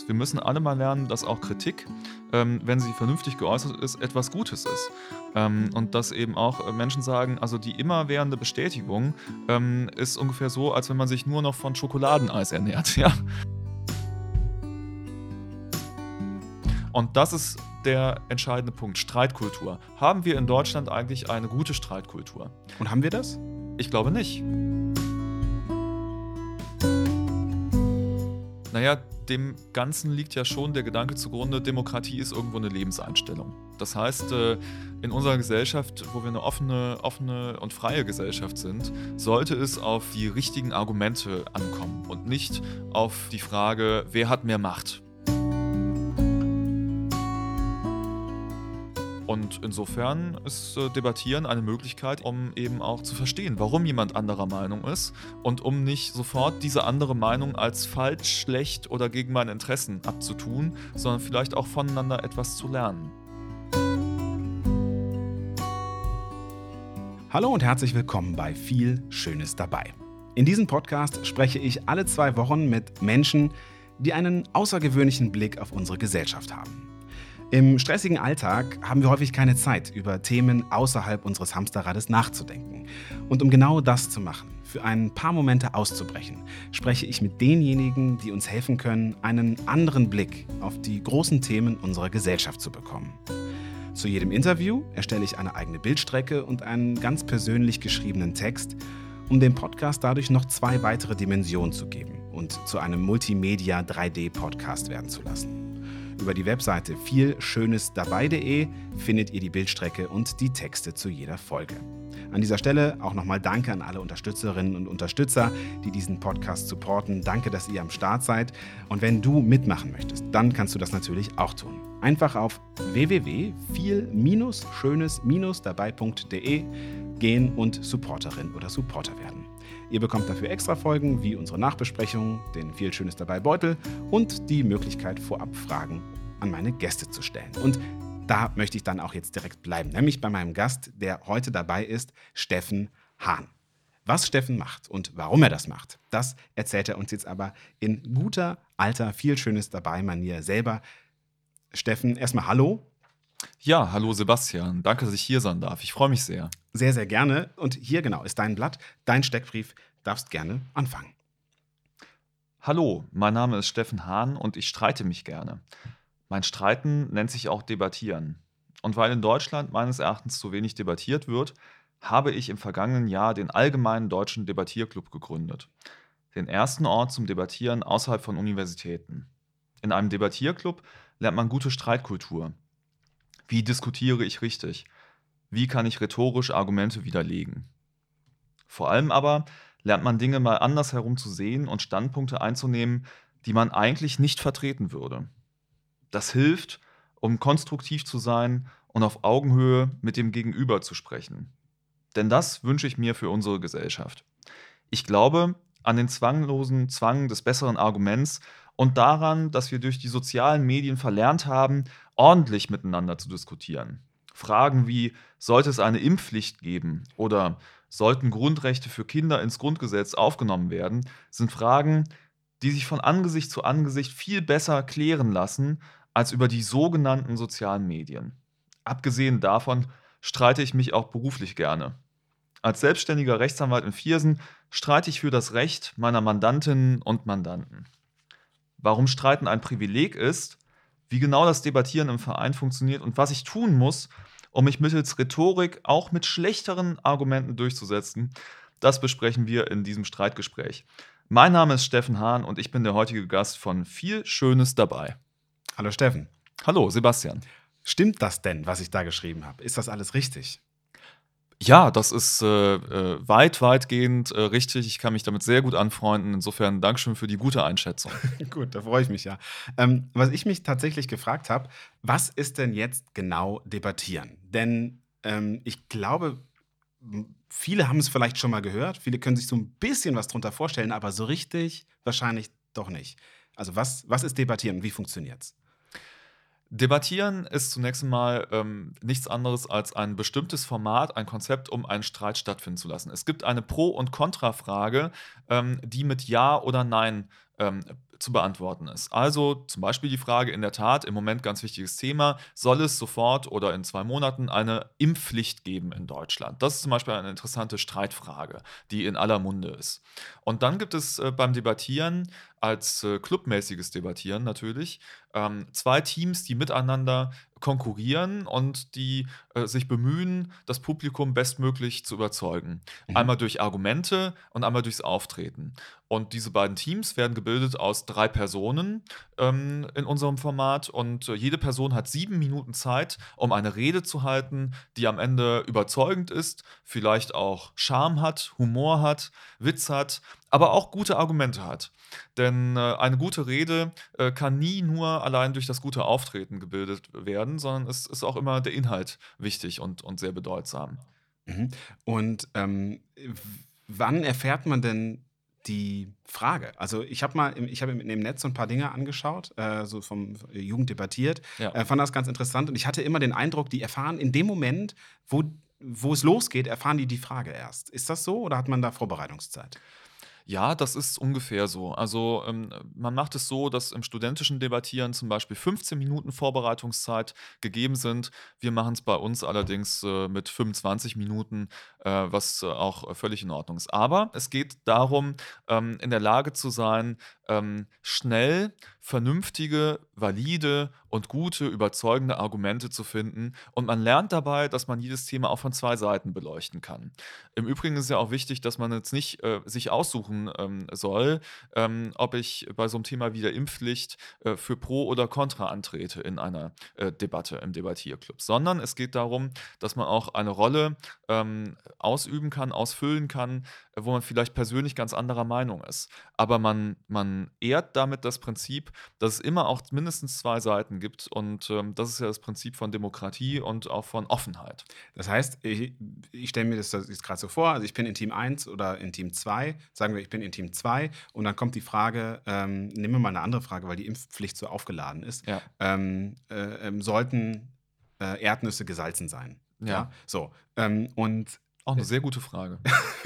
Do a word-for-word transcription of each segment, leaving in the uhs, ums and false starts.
Wir müssen alle mal lernen, dass auch Kritik, ähm, wenn sie vernünftig geäußert ist, etwas Gutes ist. Ähm, und dass eben auch äh, Menschen sagen, also die immerwährende Bestätigung ähm, ist ungefähr so, als wenn man sich nur noch von Schokoladeneis ernährt. Ja? Und das ist der entscheidende Punkt, Streitkultur. Haben wir in Deutschland eigentlich eine gute Streitkultur? Und haben wir das? Ich glaube nicht. Naja, dem Ganzen liegt ja schon der Gedanke zugrunde, Demokratie ist irgendwo eine Lebenseinstellung. Das heißt, äh, in unserer Gesellschaft, wo wir eine offene, offene und freie Gesellschaft sind, sollte es auf die richtigen Argumente ankommen und nicht auf die Frage, wer hat mehr Macht. Und insofern ist äh, Debattieren eine Möglichkeit, um eben auch zu verstehen, warum jemand anderer Meinung ist und um nicht sofort diese andere Meinung als falsch, schlecht oder gegen meine Interessen abzutun, sondern vielleicht auch voneinander etwas zu lernen. Hallo und herzlich willkommen bei Viel Schönes dabei. In diesem Podcast spreche ich alle zwei Wochen mit Menschen, die einen außergewöhnlichen Blick auf unsere Gesellschaft haben. Im stressigen Alltag haben wir häufig keine Zeit, über Themen außerhalb unseres Hamsterrades nachzudenken. Und um genau das zu machen, für ein paar Momente auszubrechen, spreche ich mit denjenigen, die uns helfen können, einen anderen Blick auf die großen Themen unserer Gesellschaft zu bekommen. Zu jedem Interview erstelle ich eine eigene Bildstrecke und einen ganz persönlich geschriebenen Text, um dem Podcast dadurch noch zwei weitere Dimensionen zu geben und zu einem Multimedia drei D Podcast werden zu lassen. Über die Webseite viel schönes dabei punkt de findet ihr die Bildstrecke und die Texte zu jeder Folge. An dieser Stelle auch nochmal Danke an alle Unterstützerinnen und Unterstützer, die diesen Podcast supporten. Danke, dass ihr am Start seid. Und wenn du mitmachen möchtest, dann kannst du das natürlich auch tun. Einfach auf w w w punkt viel schönes dabei punkt de gehen und Supporterin oder Supporter werden. Ihr bekommt dafür extra Folgen wie unsere Nachbesprechung, den Viel Schönes dabei Beutel und die Möglichkeit, vorab Fragen an meine Gäste zu stellen. Und da möchte ich dann auch jetzt direkt bleiben, nämlich bei meinem Gast, der heute dabei ist, Steffen Hahn. Was Steffen macht und warum er das macht, das erzählt er uns jetzt aber in guter, alter, Viel Schönes dabei Manier selber. Steffen, erstmal hallo. Ja, hallo Sebastian. Danke, dass ich hier sein darf. Ich freue mich sehr. Sehr, sehr gerne. Und hier genau ist dein Blatt, dein Steckbrief. Darfst gerne anfangen. Hallo, mein Name ist Steffen Hahn und ich streite mich gerne. Mein Streiten nennt sich auch Debattieren. Und weil in Deutschland meines Erachtens zu wenig debattiert wird, habe ich im vergangenen Jahr den Allgemeinen Deutschen Debattierclub gegründet. Den ersten Ort zum Debattieren außerhalb von Universitäten. In einem Debattierclub lernt man gute Streitkultur. Wie diskutiere ich richtig? Wie kann ich rhetorisch Argumente widerlegen? Vor allem aber lernt man Dinge mal andersherum zu sehen und Standpunkte einzunehmen, die man eigentlich nicht vertreten würde. Das hilft, um konstruktiv zu sein und auf Augenhöhe mit dem Gegenüber zu sprechen. Denn das wünsche ich mir für unsere Gesellschaft. Ich glaube an den zwanglosen Zwang des besseren Arguments und daran, dass wir durch die sozialen Medien verlernt haben, ordentlich miteinander zu diskutieren. Fragen wie, sollte es eine Impfpflicht geben oder sollten Grundrechte für Kinder ins Grundgesetz aufgenommen werden, sind Fragen, die sich von Angesicht zu Angesicht viel besser klären lassen als über die sogenannten sozialen Medien. Abgesehen davon streite ich mich auch beruflich gerne. Als selbstständiger Rechtsanwalt in Viersen streite ich für das Recht meiner Mandantinnen und Mandanten. Warum Streiten ein Privileg ist, wie genau das Debattieren im Verein funktioniert und was ich tun muss, um mich mittels Rhetorik auch mit schlechteren Argumenten durchzusetzen, das besprechen wir in diesem Streitgespräch. Mein Name ist Steffen Hahn und ich bin der heutige Gast von Viel Schönes dabei. Hallo Steffen. Hallo Sebastian. Stimmt das denn, was ich da geschrieben habe? Ist das alles richtig? Ja, das ist äh, äh, weit, weitgehend äh, richtig. Ich kann mich damit sehr gut anfreunden. Insofern Dankeschön für die gute Einschätzung. Gut, da freue ich mich ja. Ähm, was ich mich tatsächlich gefragt habe, was ist denn jetzt genau Debattieren? Denn ähm, ich glaube, m- viele haben es vielleicht schon mal gehört, viele können sich so ein bisschen was drunter vorstellen, aber so richtig wahrscheinlich doch nicht. Also was, was ist Debattieren und wie funktioniert es? Debattieren ist zunächst einmal ähm, nichts anderes als ein bestimmtes Format, ein Konzept, um einen Streit stattfinden zu lassen. Es gibt eine Pro- und Kontrafrage, ähm, die mit Ja oder Nein ähm, zu beantworten ist. Also zum Beispiel die Frage, in der Tat, im Moment ganz wichtiges Thema, soll es sofort oder in zwei Monaten eine Impfpflicht geben in Deutschland? Das ist zum Beispiel eine interessante Streitfrage, die in aller Munde ist. Und dann gibt es äh, beim Debattieren, als äh, clubmäßiges Debattieren natürlich, ähm, zwei Teams, die miteinander konkurrieren und die äh, sich bemühen, das Publikum bestmöglich zu überzeugen. Mhm. Einmal durch Argumente und einmal durchs Auftreten. Und diese beiden Teams werden gebildet aus drei Personen ähm, in unserem Format. Und äh, jede Person hat sieben Minuten Zeit, um eine Rede zu halten, die am Ende überzeugend ist, vielleicht auch Charme hat, Humor hat, Witz hat, aber auch gute Argumente hat. Denn äh, eine gute Rede äh, kann nie nur allein durch das gute Auftreten gebildet werden, sondern es ist auch immer der Inhalt wichtig und, und sehr bedeutsam. Mhm. Und ähm, w- wann erfährt man denn die Frage? Also ich habe mal im, ich habe im, im Netz so ein paar Dinge angeschaut, äh, so vom äh, Jugend debattiert, Ja. äh, fand das ganz interessant und ich hatte immer den Eindruck, die erfahren in dem Moment, wo, wo es losgeht, erfahren die die Frage erst. Ist das so oder hat man da Vorbereitungszeit? Ja, das ist ungefähr so. Also, ähm, man macht es so, dass im studentischen Debattieren zum Beispiel fünfzehn Minuten Vorbereitungszeit gegeben sind. Wir machen es bei uns allerdings äh, mit fünfundzwanzig Minuten, äh, was äh, auch äh, völlig in Ordnung ist. Aber es geht darum, ähm, in der Lage zu sein, ähm, schnell vernünftige, valide und gute, überzeugende Argumente zu finden. Und man lernt dabei, dass man jedes Thema auch von zwei Seiten beleuchten kann. Im Übrigen ist es ja auch wichtig, dass man jetzt nicht äh, sich aussuchen ähm, soll, ähm, ob ich bei so einem Thema wie der Impfpflicht äh, für Pro oder Contra antrete in einer äh, Debatte, im Debattierclub, sondern es geht darum, dass man auch eine Rolle ähm, ausüben kann, ausfüllen kann, äh, wo man vielleicht persönlich ganz anderer Meinung ist. Aber man, man ehrt damit das Prinzip, dass es immer auch mindestens zwei Seiten gibt und ähm, das ist ja das Prinzip von Demokratie und auch von Offenheit. Das heißt, ich, ich stelle mir das jetzt gerade so vor, also ich bin in Team eins oder in Team zwei, sagen wir, ich bin in Team zwei und dann kommt die Frage, ähm, nehmen wir mal eine andere Frage, weil die Impfpflicht so aufgeladen ist, Ja, ähm, äh, ähm, sollten äh, Erdnüsse gesalzen sein? Ja, ja. so. Ähm, und Auch eine sehr gute Frage.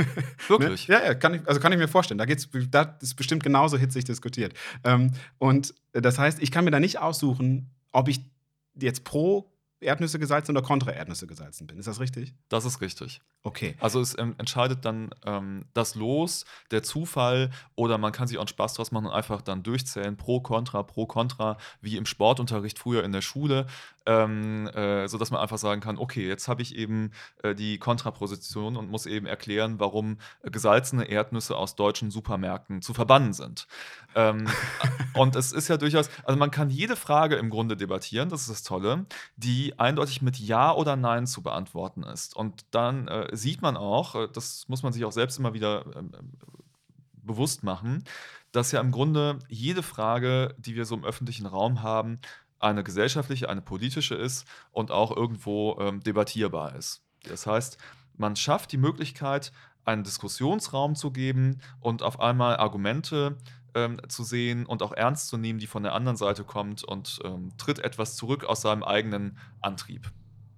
ne? Wirklich. Ja, ja, kann ich, also kann ich mir vorstellen. Da geht's, da ist bestimmt genauso hitzig diskutiert. Ähm, und äh, das heißt, ich kann mir da nicht aussuchen, ob ich jetzt pro Erdnüsse gesalzen oder kontra Erdnüsse gesalzen bin. Ist das richtig? Das ist richtig. Okay. Also, es ähm, entscheidet dann ähm, das Los, der Zufall oder man kann sich auch 'n Spaß draus machen und einfach dann durchzählen, pro, contra, pro, contra, wie im Sportunterricht früher in der Schule, ähm, äh, sodass man einfach sagen kann: „Okay, jetzt habe ich eben, äh, die Kontraposition und muss eben erklären, warum, äh, gesalzene Erdnüsse aus deutschen Supermärkten zu verbannen sind.“ Ähm, a und es ist ja durchaus also, man kann jede Frage im Grunde debattieren, das ist das Tolle, die eindeutig mit Ja oder Nein zu beantworten ist. Und dann äh, sieht man auch, äh, das muss man sich auch selbst immer wieder ähm, ähm, bewusst machen, dass ja im Grunde jede Frage, die wir so im öffentlichen Raum haben, eine gesellschaftliche, eine politische ist und auch irgendwo ähm, debattierbar ist. Das heißt, man schafft die Möglichkeit, einen Diskussionsraum zu geben und auf einmal Argumente ähm, zu sehen und auch ernst zu nehmen, die von der anderen Seite kommt und ähm, tritt etwas zurück aus seinem eigenen Antrieb.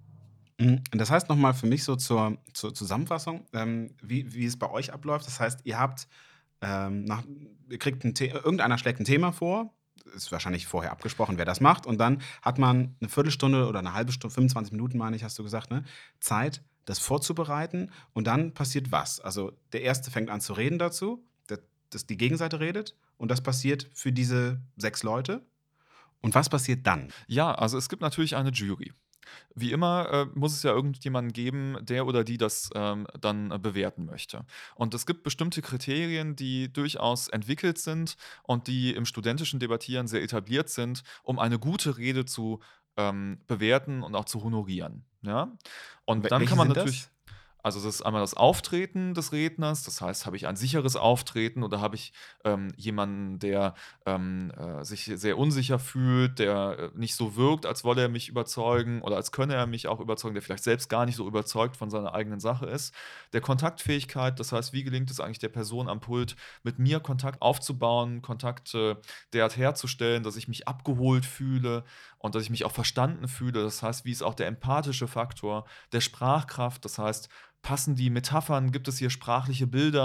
Mhm. Das heißt nochmal für mich so zur, zur Zusammenfassung, ähm, wie, wie es bei euch abläuft. Das heißt, ihr habt ähm, nach, ihr kriegt ein The irgendeiner schlägt ein Thema vor, ist wahrscheinlich vorher abgesprochen, wer das macht, und dann hat man eine Viertelstunde oder eine halbe Stunde, fünfundzwanzig Minuten, meine ich, hast du gesagt, ne? Zeit, das vorzubereiten, und dann passiert was? Also der Erste fängt an zu reden dazu, der, dass die Gegenseite redet, und das passiert für diese sechs Leute. Und was passiert dann? Ja, also es gibt natürlich eine Jury. Wie immer äh, muss es ja irgendjemanden geben, der oder die das ähm, dann äh, bewerten möchte. Und es gibt bestimmte Kriterien, die durchaus entwickelt sind und die im studentischen Debattieren sehr etabliert sind, um eine gute Rede zu ähm, bewerten und auch zu honorieren. Ja? Und Wel dann kann welche man sind natürlich das? also, das ist einmal das Auftreten des Redners. Das heißt, habe ich ein sicheres Auftreten oder habe ich ähm, jemanden, der ähm, äh, sich sehr unsicher fühlt, der äh, nicht so wirkt, als wolle er mich überzeugen oder als könne er mich auch überzeugen, der vielleicht selbst gar nicht so überzeugt von seiner eigenen Sache ist. Der Kontaktfähigkeit, das heißt, wie gelingt es eigentlich der Person am Pult, mit mir Kontakt aufzubauen, Kontakt äh, derart herzustellen, dass ich mich abgeholt fühle und dass ich mich auch verstanden fühle. Das heißt, wie ist auch der empathische Faktor der Sprachkraft, das heißt, passen die Metaphern? Gibt es hier sprachliche Bilder,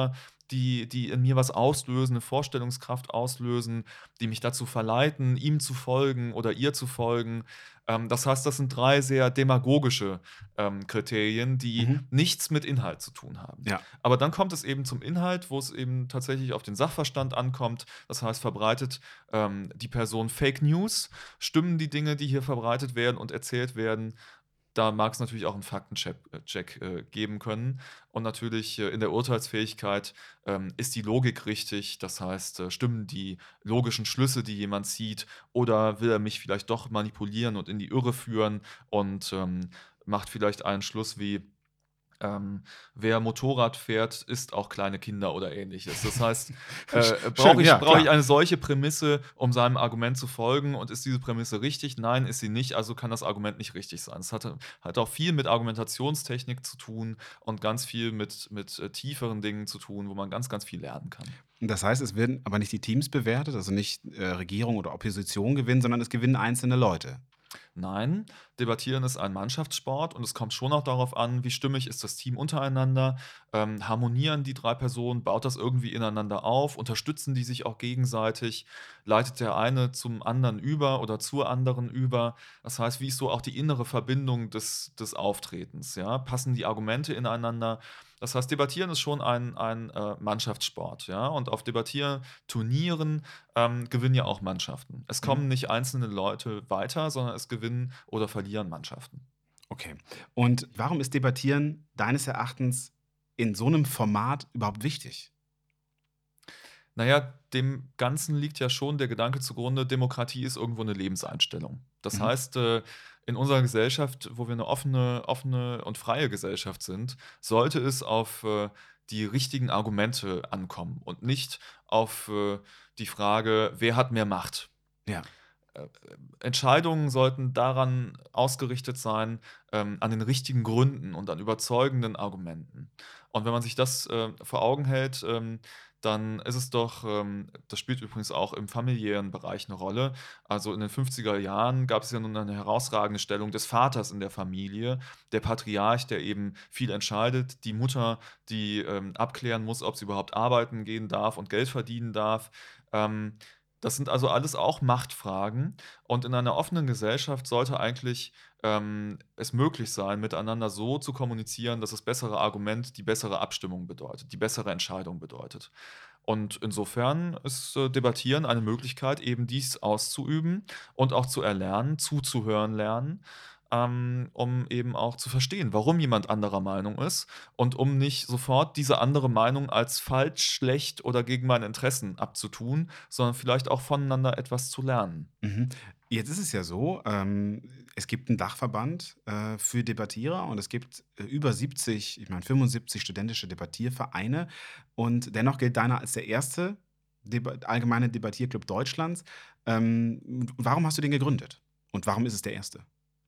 die, die in mir was auslösen, eine Vorstellungskraft auslösen, die mich dazu verleiten, ihm zu folgen oder ihr zu folgen. Ähm, das heißt, das sind drei sehr demagogische ähm, Kriterien, die Mhm. nichts mit Inhalt zu tun haben. Ja. Aber dann kommt es eben zum Inhalt, wo es eben tatsächlich auf den Sachverstand ankommt. Das heißt, verbreitet ähm, die Person Fake News, stimmen die Dinge, die hier verbreitet werden und erzählt werden. Da mag es natürlich auch einen Faktencheck äh, Check, äh, geben können. Und natürlich äh, in der Urteilsfähigkeit ähm, ist die Logik richtig. Das heißt, äh, stimmen die logischen Schlüsse, die jemand zieht, oder will er mich vielleicht doch manipulieren und in die Irre führen und ähm, macht vielleicht einen Schluss wie, ähm, wer Motorrad fährt, isst auch kleine Kinder oder Ähnliches. Das heißt, äh, Schön, brauche ich, ja, brauche ich klar. eine solche Prämisse, um seinem Argument zu folgen? Und ist diese Prämisse richtig? Nein, ist sie nicht. Also kann das Argument nicht richtig sein. Es hat, hat auch viel mit Argumentationstechnik zu tun und ganz viel mit, mit äh, tieferen Dingen zu tun, wo man ganz, ganz viel lernen kann. Das heißt, es werden aber nicht die Teams bewertet, also nicht äh, Regierung oder Opposition gewinnen, sondern es gewinnen einzelne Leute. Nein, Debattieren ist ein Mannschaftssport und es kommt schon auch darauf an, wie stimmig ist das Team untereinander, ähm, harmonieren die drei Personen, baut das irgendwie ineinander auf, unterstützen die sich auch gegenseitig, leitet der eine zum anderen über oder zur anderen über. Das heißt, wie ist so auch die innere Verbindung des, des Auftretens, ja? Passen die Argumente ineinander? Das heißt, Debattieren ist schon ein, ein äh, Mannschaftssport, ja. Und auf Debattierturnieren ähm, gewinnen ja auch Mannschaften. Es Mhm. kommen nicht einzelne Leute weiter, sondern es gewinnen oder verlieren Mannschaften. Okay. Und warum ist Debattieren deines Erachtens in so einem Format überhaupt wichtig? Naja, dem Ganzen liegt ja schon der Gedanke zugrunde, Demokratie ist irgendwo eine Lebenseinstellung. Das Mhm. heißt, äh, in unserer Gesellschaft, wo wir eine offene, offene und freie Gesellschaft sind, sollte es auf äh, die richtigen Argumente ankommen und nicht auf äh, die Frage, wer hat mehr Macht. Ja. äh, Entscheidungen sollten daran ausgerichtet sein, ähm, an den richtigen Gründen und an überzeugenden Argumenten. Und wenn man sich das äh, vor Augen hält, ähm, dann ist es doch, ähm, das spielt übrigens auch im familiären Bereich eine Rolle. Also in den fünfziger Jahren gab es ja nun eine herausragende Stellung des Vaters in der Familie, der Patriarch, der eben viel entscheidet, die Mutter, die ähm, abklären muss, ob sie überhaupt arbeiten gehen darf und Geld verdienen darf. Ähm, Das sind also alles auch Machtfragen. Und in einer offenen Gesellschaft sollte eigentlich ähm, es möglich sein, miteinander so zu kommunizieren, dass das bessere Argument die bessere Abstimmung bedeutet, die bessere Entscheidung bedeutet. Und insofern ist äh, Debattieren eine Möglichkeit, eben dies auszuüben und auch zu erlernen, zuzuhören lernen, ähm, um eben auch zu verstehen, warum jemand anderer Meinung ist und um nicht sofort diese andere Meinung als falsch, schlecht oder gegen meine Interessen abzutun, sondern vielleicht auch voneinander etwas zu lernen. Mhm. Jetzt ist es ja so, ähm, es gibt einen Dachverband äh, für Debattierer und es gibt äh, über siebzig, ich meine fünfundsiebzig studentische Debattiervereine und dennoch gilt deiner als der erste Deba allgemeine Debattierclub Deutschlands. Ähm, warum hast du den gegründet? Und warum ist es der erste?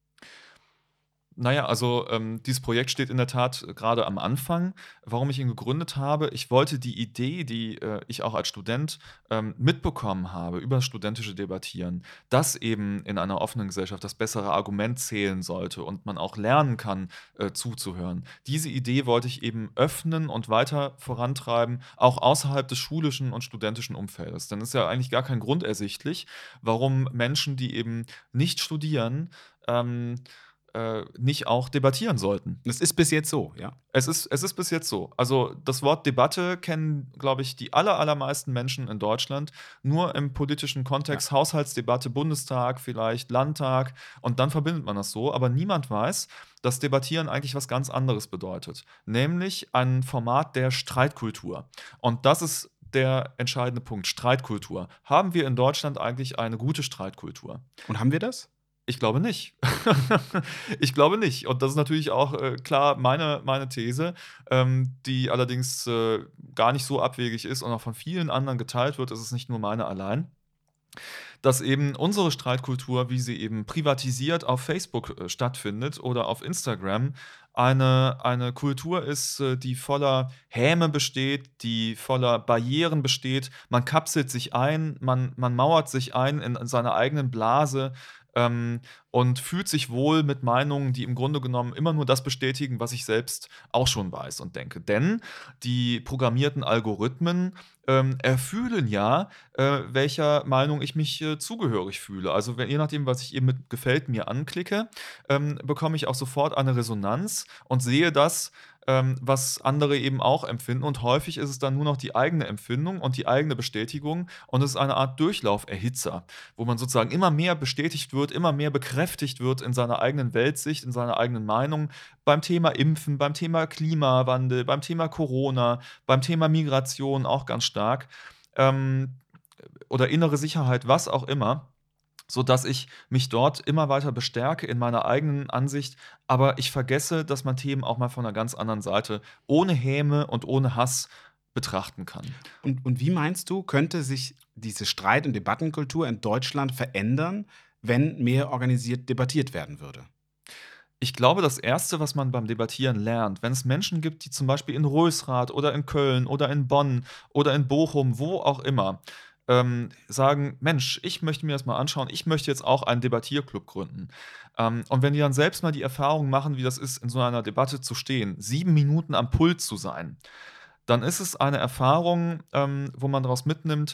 Naja, also, ähm, dieses Projekt steht in der Tat äh, grade am Anfang. Warum ich ihn gegründet habe: Ich wollte die Idee, die äh, ich auch als Student ähm, mitbekommen habe über studentische Debattieren, dass eben in einer offenen Gesellschaft das bessere Argument zählen sollte und man auch lernen kann, äh, zuzuhören. Diese Idee wollte ich eben öffnen und weiter vorantreiben, auch außerhalb des schulischen und studentischen Umfeldes. Denn es ist ja eigentlich gar kein Grund ersichtlich, warum Menschen, die eben nicht studieren, ähm, äh, nicht auch debattieren sollten. Das ist bis jetzt so, ja? Es ist es ist bis jetzt so. Also, das Wort Debatte kennen, glaube ich, die aller allermeisten Menschen in Deutschland nur im politischen Ja. Kontext, Haushaltsdebatte, Bundestag, vielleicht Landtag, und dann verbindet man das so. Aber niemand weiß, dass Debattieren eigentlich was ganz anderes bedeutet, nämlich ein Format der Streitkultur. Und das ist der entscheidende Punkt: Streitkultur. Haben wir in Deutschland eigentlich eine gute Streitkultur? Und haben wir das? Ich glaube nicht. Ich glaube nicht. Und das ist natürlich auch, äh, klar meine meine These, ähm, die allerdings, äh, gar nicht so abwegig ist und auch von vielen anderen geteilt wird. Es ist nicht nur meine allein, dass eben unsere Streitkultur, wie sie eben privatisiert auf Facebook äh, stattfindet oder auf Instagram, eine, eine Kultur ist, äh, die voller Häme besteht, die voller Barrieren besteht. Man kapselt sich ein, man, man mauert sich ein in, in seiner eigenen Blase. ähm, und fühlt sich wohl mit Meinungen, die im Grunde genommen immer nur das bestätigen, was ich selbst auch schon weiß und denke. Denn die programmierten Algorithmen ähm, erfühlen ja, äh, welcher Meinung ich mich äh, zugehörig fühle. Also wenn, je nachdem, was ich eben mit gefällt mir anklicke, ähm, bekomme ich auch sofort eine Resonanz und sehe das, ähm, was andere eben auch empfinden. Und häufig ist es dann nur noch die eigene Empfindung und die eigene Bestätigung. Und es ist eine Art Durchlauferhitzer, wo man sozusagen immer mehr bestätigt wird, immer mehr bekräftigt wird in seiner eigenen Weltsicht, in seiner eigenen Meinung. Beim Thema Impfen, beim Thema Klimawandel, beim Thema Corona, beim Thema Migration auch ganz stark. Ähm, oder innere Sicherheit, was auch immer, sodass ich mich dort immer weiter bestärke in meiner eigenen Ansicht, aber ich vergesse, dass man Themen auch mal von einer ganz anderen Seite ohne Häme und ohne Hass betrachten kann. Und, und wie meinst du, könnte sich diese Streit- und Debattenkultur in Deutschland verändern, wenn mehr organisiert debattiert werden würde? Ich glaube, das Erste, was man beim Debattieren lernt, wenn es Menschen gibt, die zum Beispiel in Rösrath oder in Köln oder in Bonn oder in Bochum, wo auch immer, ähm, sagen: Mensch, ich möchte mir das mal anschauen, ich möchte jetzt auch einen Debattierclub gründen. Ähm, und wenn die dann selbst mal die Erfahrung machen, wie das ist, in so einer Debatte zu stehen, sieben Minuten am Pult zu sein, dann ist es eine Erfahrung, ähm, wo man daraus mitnimmt,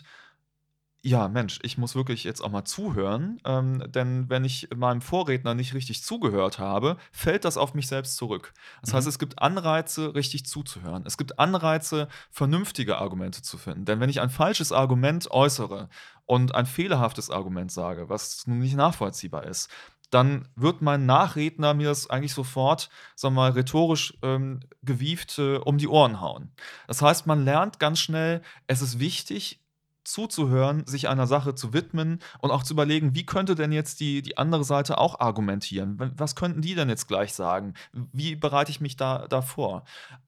ja, Mensch, ich muss wirklich jetzt auch mal zuhören, ähm, denn wenn ich meinem Vorredner nicht richtig zugehört habe, fällt das auf mich selbst zurück. Das heißt, Mhm. es gibt Anreize, richtig zuzuhören. Es gibt Anreize, vernünftige Argumente zu finden. Denn wenn ich ein falsches Argument äußere und ein fehlerhaftes Argument sage, was nun nicht nachvollziehbar ist, dann wird mein Nachredner mir das eigentlich sofort, sagen wir mal, rhetorisch ähm, gewieft äh, um die Ohren hauen. Das heißt, man lernt ganz schnell, es ist wichtig, zuzuhören, sich einer Sache zu widmen und auch zu überlegen, wie könnte denn jetzt die, die andere Seite auch argumentieren? W- Was könnten die denn jetzt gleich sagen? Wie bereite ich mich da, da vor?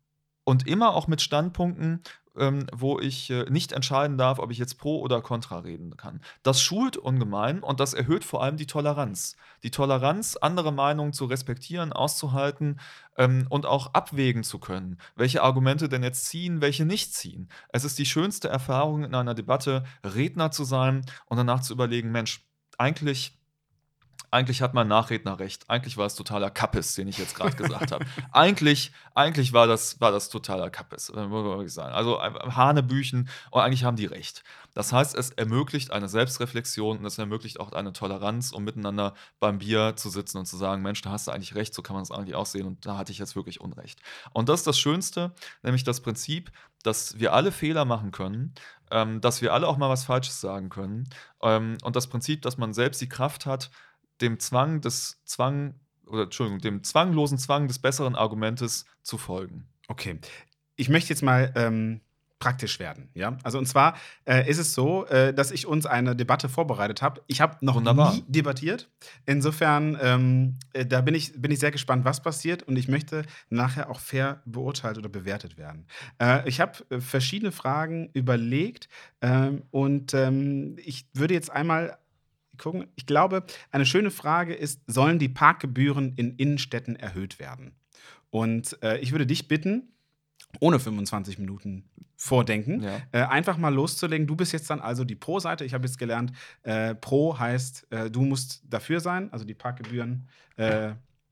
Und immer auch mit Standpunkten, ähm, wo ich äh, nicht entscheiden darf, ob ich jetzt pro oder contra reden kann. Das schult ungemein und das erhöht vor allem die Toleranz. Die Toleranz, andere Meinungen zu respektieren, auszuhalten ähm, und auch abwägen zu können, welche Argumente denn jetzt ziehen, welche nicht ziehen. Es ist die schönste Erfahrung in einer Debatte, Redner zu sein und danach zu überlegen, Mensch, eigentlich eigentlich hat mein Nachredner recht. Eigentlich war es totaler Kappes, den ich jetzt gerade gesagt habe. Eigentlich eigentlich war das war das totaler Kappes, äh, muss man wirklich sagen. Also, einfach Hanebüchen und eigentlich haben die recht. Das heißt, es ermöglicht eine Selbstreflexion und es ermöglicht auch eine Toleranz, um miteinander beim Bier zu sitzen und zu sagen: „Mensch, da hast du eigentlich recht, so kann man es eigentlich auch sehen und da hatte ich jetzt wirklich Unrecht.“ Und das ist das Schönste, nämlich das Prinzip, dass wir alle Fehler machen können, ähm, dass wir alle auch mal was Falsches sagen können, ähm, und das Prinzip, dass man selbst die Kraft hat, dem Zwang des Zwang oder Entschuldigung, dem zwanglosen Zwang des besseren Argumentes zu folgen. Okay. Ich möchte jetzt mal ähm, praktisch werden. Ja? Also und zwar äh, ist es so, äh, dass ich uns eine Debatte vorbereitet habe. Ich habe noch Wunderbar. nie debattiert. Insofern, ähm, äh, da bin ich, bin ich sehr gespannt, was passiert. Und ich möchte nachher auch fair beurteilt oder bewertet werden. Äh, ich habe äh, verschiedene Fragen überlegt. Ähm, und ähm, ich würde jetzt einmal gucken. Ich glaube, eine schöne Frage ist, sollen die Parkgebühren in Innenstädten erhöht werden? Und äh, ich würde dich bitten, ohne fünfundzwanzig Minuten Vordenken, Ja. äh, einfach mal loszulegen. Du bist jetzt dann also die Pro-Seite. Ich habe jetzt gelernt, äh, Pro heißt, äh, du musst dafür sein. Also die Parkgebühren äh,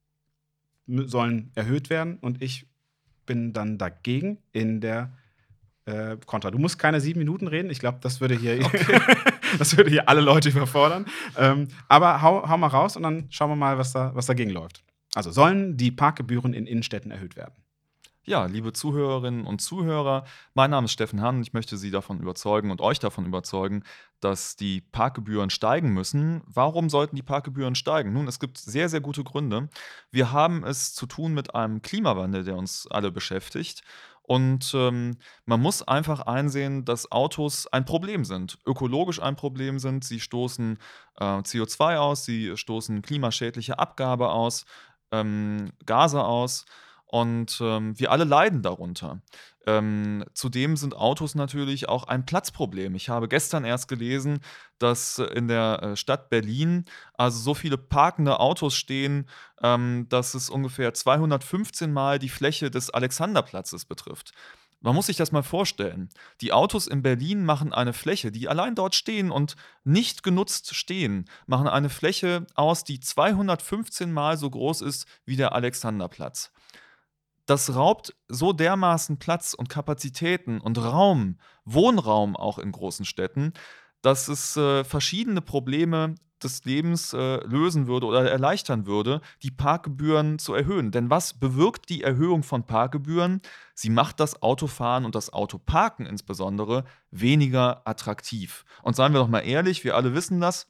mü- sollen erhöht werden. Und ich bin dann dagegen in der äh, Kontra. Du musst keine sieben Minuten reden. Ich glaube, das würde hier, Okay. das würde hier alle Leute überfordern. Ähm, aber hau, hau mal raus und dann schauen wir mal, was, da, was dagegen läuft. Also sollen die Parkgebühren in Innenstädten erhöht werden? Ja, liebe Zuhörerinnen und Zuhörer, mein Name ist Steffen Hahn und ich möchte Sie davon überzeugen und euch davon überzeugen, dass die Parkgebühren steigen müssen. Warum sollten die Parkgebühren steigen? Nun, es gibt sehr, sehr gute Gründe. Wir haben es zu tun mit einem Klimawandel, der uns alle beschäftigt. Und ähm, man muss einfach einsehen, dass Autos ein Problem sind, ökologisch ein Problem sind. Sie stoßen äh, C O zwei aus, sie stoßen klimaschädliche Abgabe aus, ähm, Gase aus. Und ähm, wir alle leiden darunter. Ähm, zudem sind Autos natürlich auch ein Platzproblem. Ich habe gestern erst gelesen, dass äh, in der äh, Stadt Berlin also so viele parkende Autos stehen, ähm, dass es ungefähr zweihundertfünfzehn Mal die Fläche des Alexanderplatzes betrifft. Man muss sich das mal vorstellen. Die Autos in Berlin machen eine Fläche, die allein dort stehen und nicht genutzt stehen, machen eine Fläche aus, die zweihundertfünfzehn Mal so groß ist wie der Alexanderplatz. Das raubt so dermaßen Platz und Kapazitäten und Raum, Wohnraum auch in großen Städten, dass es äh, verschiedene Probleme des Lebens äh, lösen würde oder erleichtern würde, die Parkgebühren zu erhöhen. Denn was bewirkt die Erhöhung von Parkgebühren? Sie macht das Autofahren und das Autoparken insbesondere weniger attraktiv. Und seien wir doch mal ehrlich, wir alle wissen das.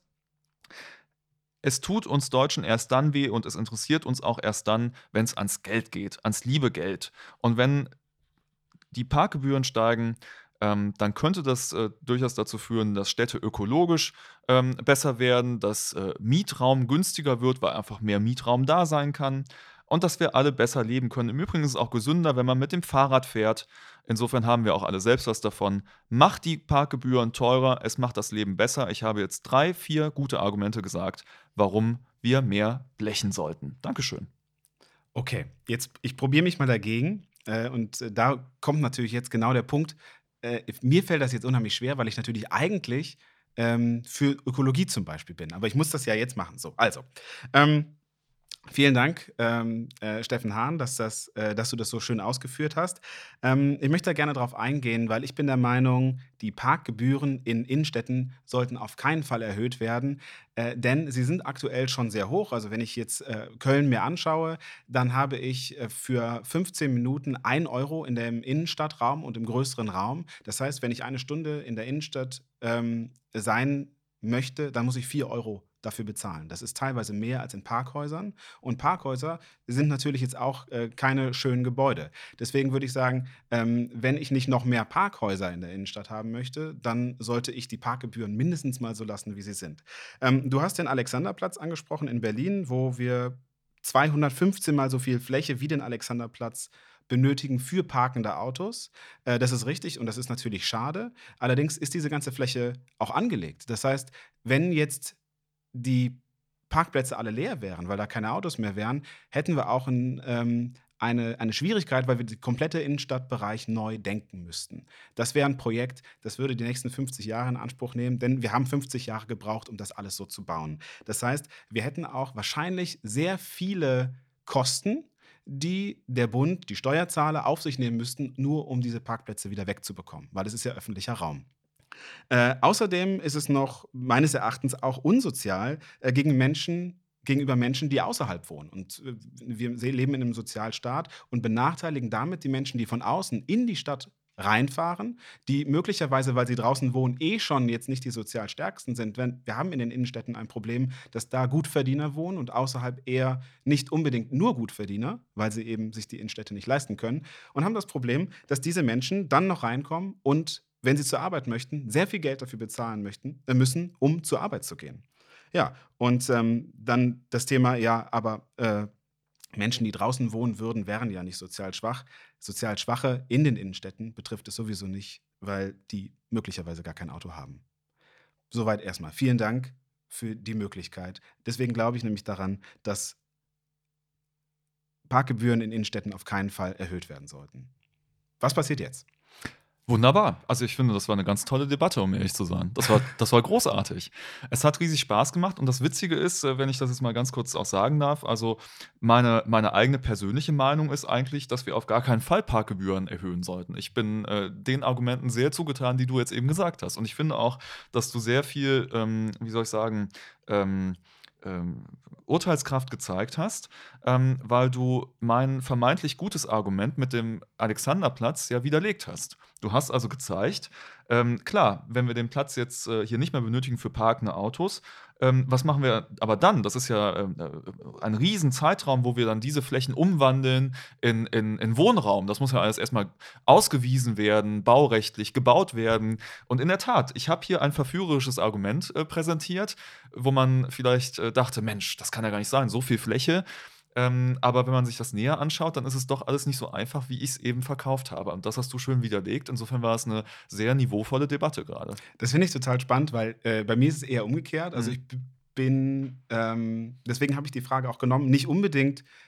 Es tut uns Deutschen erst dann weh und es interessiert uns auch erst dann, wenn es ans Geld geht, ans liebe Geld. Und wenn die Parkgebühren steigen, ähm, dann könnte das äh, durchaus dazu führen, dass Städte ökologisch ähm, besser werden, dass äh, Mietraum günstiger wird, weil einfach mehr Mietraum da sein kann und dass wir alle besser leben können. Im Übrigen ist es auch gesünder, wenn man mit dem Fahrrad fährt. Insofern haben wir auch alle selbst was davon. Macht die Parkgebühren teurer, es macht das Leben besser. Ich habe jetzt drei, vier gute Argumente gesagt, warum wir mehr blechen sollten. Dankeschön. Okay, jetzt ich probiere mich mal dagegen. Äh, und äh, da kommt natürlich jetzt genau der Punkt. Äh, mir fällt das jetzt unheimlich schwer, weil ich natürlich eigentlich ähm, für Ökologie zum Beispiel bin. Aber ich muss das ja jetzt machen. So, also. Ähm, Vielen Dank, ähm, äh, Steffen Hahn, dass, das, äh, dass du das so schön ausgeführt hast. Ähm, ich möchte da gerne darauf eingehen, weil ich bin der Meinung, die Parkgebühren in Innenstädten sollten auf keinen Fall erhöht werden, äh, denn sie sind aktuell schon sehr hoch. Also wenn ich jetzt äh, Köln mir anschaue, dann habe ich äh, für fünfzehn Minuten ein Euro in dem Innenstadtraum und im größeren Raum. Das heißt, wenn ich eine Stunde in der Innenstadt ähm, sein möchte, dann muss ich vier Euro dafür bezahlen. Das ist teilweise mehr als in Parkhäusern. Und Parkhäuser sind natürlich jetzt auch äh, keine schönen Gebäude. Deswegen würde ich sagen, ähm, wenn ich nicht noch mehr Parkhäuser in der Innenstadt haben möchte, dann sollte ich die Parkgebühren mindestens mal so lassen, wie sie sind. Ähm, du hast den Alexanderplatz angesprochen in Berlin, wo wir zweihundertfünfzehn Mal so viel Fläche wie den Alexanderplatz benötigen für parkende Autos. Äh, das ist richtig und das ist natürlich schade. Allerdings ist diese ganze Fläche auch angelegt. Das heißt, wenn jetzt die Parkplätze alle leer wären, weil da keine Autos mehr wären, hätten wir auch ein, ähm, eine, eine Schwierigkeit, weil wir den kompletten Innenstadtbereich neu denken müssten. Das wäre ein Projekt, das würde die nächsten fünfzig Jahre in Anspruch nehmen, denn wir haben fünfzig Jahre gebraucht, um das alles so zu bauen. Das heißt, wir hätten auch wahrscheinlich sehr viele Kosten, die der Bund, die Steuerzahler auf sich nehmen müssten, nur um diese Parkplätze wieder wegzubekommen, weil es ist ja öffentlicher Raum. Äh, außerdem ist es noch meines Erachtens auch unsozial äh, gegen Menschen, gegenüber Menschen, die außerhalb wohnen. Und äh, wir se- leben in einem Sozialstaat und benachteiligen damit die Menschen, die von außen in die Stadt reinfahren, die möglicherweise, weil sie draußen wohnen, eh schon jetzt nicht die sozial stärksten sind. Wenn, wir haben in den Innenstädten ein Problem, dass da Gutverdiener wohnen und außerhalb eher nicht unbedingt nur Gutverdiener, weil sie eben sich die Innenstädte nicht leisten können. Und haben das Problem, dass diese Menschen dann noch reinkommen und wenn sie zur Arbeit möchten, sehr viel Geld dafür bezahlen möchten, äh, müssen, um zur Arbeit zu gehen. Ja, und ähm, dann das Thema, ja, aber äh, Menschen, die draußen wohnen würden, wären ja nicht sozial schwach. Sozial Schwache in den Innenstädten betrifft es sowieso nicht, weil die möglicherweise gar kein Auto haben. Soweit erstmal. Vielen Dank für die Möglichkeit. Deswegen glaube ich nämlich daran, dass Parkgebühren in Innenstädten auf keinen Fall erhöht werden sollten. Was passiert jetzt? Wunderbar. Also ich finde, das war eine ganz tolle Debatte, um ehrlich zu sein. Das war, das war großartig. Es hat riesig Spaß gemacht und das Witzige ist, äh, wenn ich das jetzt mal ganz kurz auch sagen darf, also meine, meine eigene persönliche Meinung ist eigentlich, dass wir auf gar keinen Fall Parkgebühren erhöhen sollten. Ich bin äh, den Argumenten sehr zugetan, die du jetzt eben gesagt hast. Und ich finde auch, dass du sehr viel, ähm, wie soll ich sagen, ähm, ähm, Urteilskraft gezeigt hast, ähm, weil du mein vermeintlich gutes Argument mit dem Alexanderplatz ja widerlegt hast. Du hast also gezeigt, ähm, klar, wenn wir den Platz jetzt äh, hier nicht mehr benötigen für parkende Autos, ähm, was machen wir aber dann? Das ist ja ähm, äh, ein riesen Zeitraum, wo wir dann diese Flächen umwandeln in, in, in Wohnraum. Das muss ja alles erstmal ausgewiesen werden, baurechtlich gebaut werden. Und in der Tat, ich habe hier ein verführerisches Argument äh, präsentiert, wo man vielleicht äh, dachte, Mensch, das kann ja gar nicht sein, so viel Fläche. Ähm, aber wenn man sich das näher anschaut, dann ist es doch alles nicht so einfach, wie ich es eben verkauft habe. Und das hast du schön widerlegt. Insofern war es eine sehr niveauvolle Debatte gerade. Das finde ich total spannend, weil äh, bei mir ist es eher umgekehrt. Also Mhm. ich b- bin, ähm, deswegen habe ich die Frage auch genommen, nicht unbedingt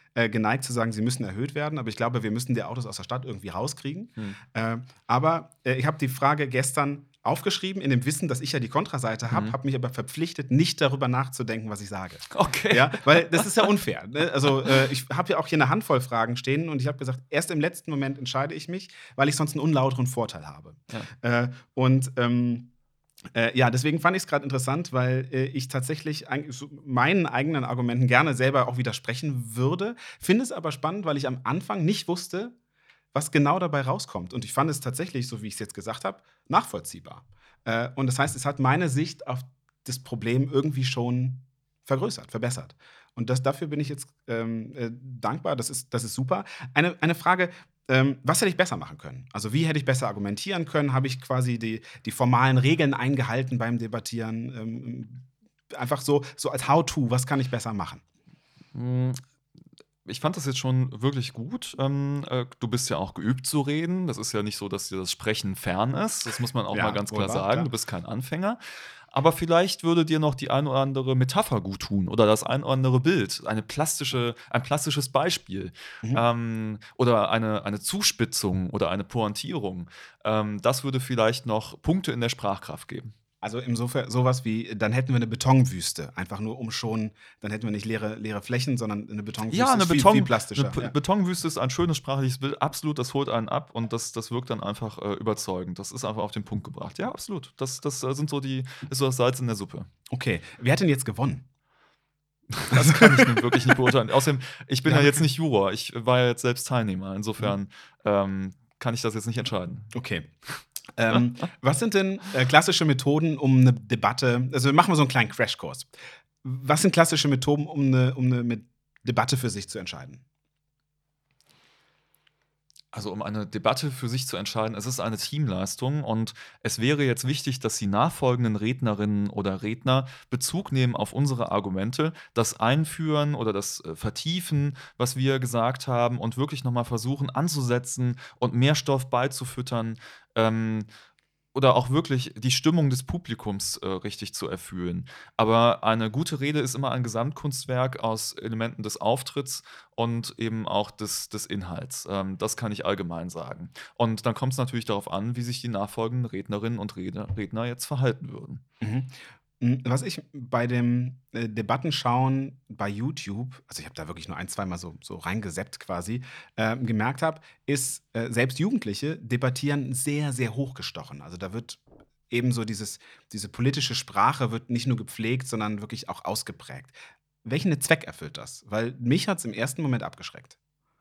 äh, geneigt zu sagen, sie müssen erhöht werden. Aber ich glaube, wir müssen die Autos aus der Stadt irgendwie rauskriegen. Hm. Äh, aber äh, ich habe die Frage gestern aufgeschrieben, in dem Wissen, dass ich ja die Kontraseite habe, Mhm. habe mich aber verpflichtet, nicht darüber nachzudenken, was ich sage. Okay. Ja, weil das ist ja unfair. Ne? Also äh, ich habe ja auch hier eine Handvoll Fragen stehen und ich habe gesagt, erst im letzten Moment entscheide ich mich, weil ich sonst einen unlauteren Vorteil habe. Ja. Äh, und ähm, äh, ja, deswegen fand ich es gerade interessant, weil äh, ich tatsächlich eigentlich so meinen eigenen Argumenten gerne selber auch widersprechen würde. Finde es aber spannend, weil ich am Anfang nicht wusste, was genau dabei rauskommt. Und ich fand es tatsächlich, so wie ich es jetzt gesagt habe, nachvollziehbar. Äh, und das heißt, es hat meine Sicht auf das Problem irgendwie schon vergrößert, verbessert. Und das, dafür bin ich jetzt ähm, äh, dankbar. Das ist, das ist super. Eine, eine Frage, ähm, was hätte ich besser machen können? Also wie hätte ich besser argumentieren können? Habe ich quasi die, die formalen Regeln eingehalten beim Debattieren? Ähm, einfach so, so als How-to, was kann ich besser machen? Hm, Ich fand das jetzt schon wirklich gut. Ähm, äh, du bist ja auch geübt zu reden. Das ist ja nicht so, dass dir das Sprechen fern ist. Das muss man auch Ja, mal ganz wohl klar wahr, sagen. klar. Du bist kein Anfänger. Aber vielleicht würde dir noch die ein oder andere Metapher gut tun oder das ein oder andere Bild, eine plastische, ein plastisches Beispiel Mhm. ähm, oder eine, eine Zuspitzung oder eine Pointierung. Ähm, das würde vielleicht noch Punkte in der Sprachkraft geben. Also insofern sowas wie, dann hätten wir eine Betonwüste. Einfach nur um schon, dann hätten wir nicht leere, leere Flächen, sondern eine Betonwüste Ja, eine, ist viel, Beton, viel eine plastischer. P- Ja. Betonwüste ist ein schönes sprachliches Bild. Absolut, das holt einen ab und das, das wirkt dann einfach äh, überzeugend. Das ist einfach auf den Punkt gebracht. Ja, absolut. Das, das äh, sind so die, ist so das Salz in der Suppe. Okay, wer hat denn jetzt gewonnen? Das kann ich nun wirklich nicht beurteilen. Außerdem, ich bin Ja, ja jetzt okay. nicht Juror. Ich war ja jetzt selbst Teilnehmer. Insofern ähm, kann ich das jetzt nicht entscheiden. Okay. Ähm, was sind denn äh, klassische Methoden, um eine Debatte, also machen wir so einen kleinen Crashkurs. Was sind klassische Methoden, um eine, um eine mit Debatte für sich zu entscheiden? Also um eine Debatte für sich zu entscheiden, es ist eine Teamleistung und es wäre jetzt wichtig, dass die nachfolgenden Rednerinnen oder Redner Bezug nehmen auf unsere Argumente, das einführen oder das äh, vertiefen, was wir gesagt haben und wirklich nochmal versuchen anzusetzen und mehr Stoff beizufüttern. Ähm, oder auch wirklich die Stimmung des Publikums äh, richtig zu erfüllen. Aber eine gute Rede ist immer ein Gesamtkunstwerk aus Elementen des Auftritts und eben auch des, des Inhalts. Ähm, das kann ich allgemein sagen. Und dann kommt es natürlich darauf an, wie sich die nachfolgenden Rednerinnen und Redner, Redner jetzt verhalten würden. Mhm. Mm, Was ich bei dem äh, Debattenschauen bei YouTube, also ich habe da wirklich nur ein, zweimal so, so reingeseppt quasi, ähm, gemerkt habe, ist, äh, selbst Jugendliche debattieren sehr, sehr hochgestochen. Also da wird eben so dieses, diese politische Sprache wird nicht nur gepflegt, sondern wirklich auch ausgeprägt. Welchen Zweck erfüllt das? Weil mich hat es im ersten Moment abgeschreckt.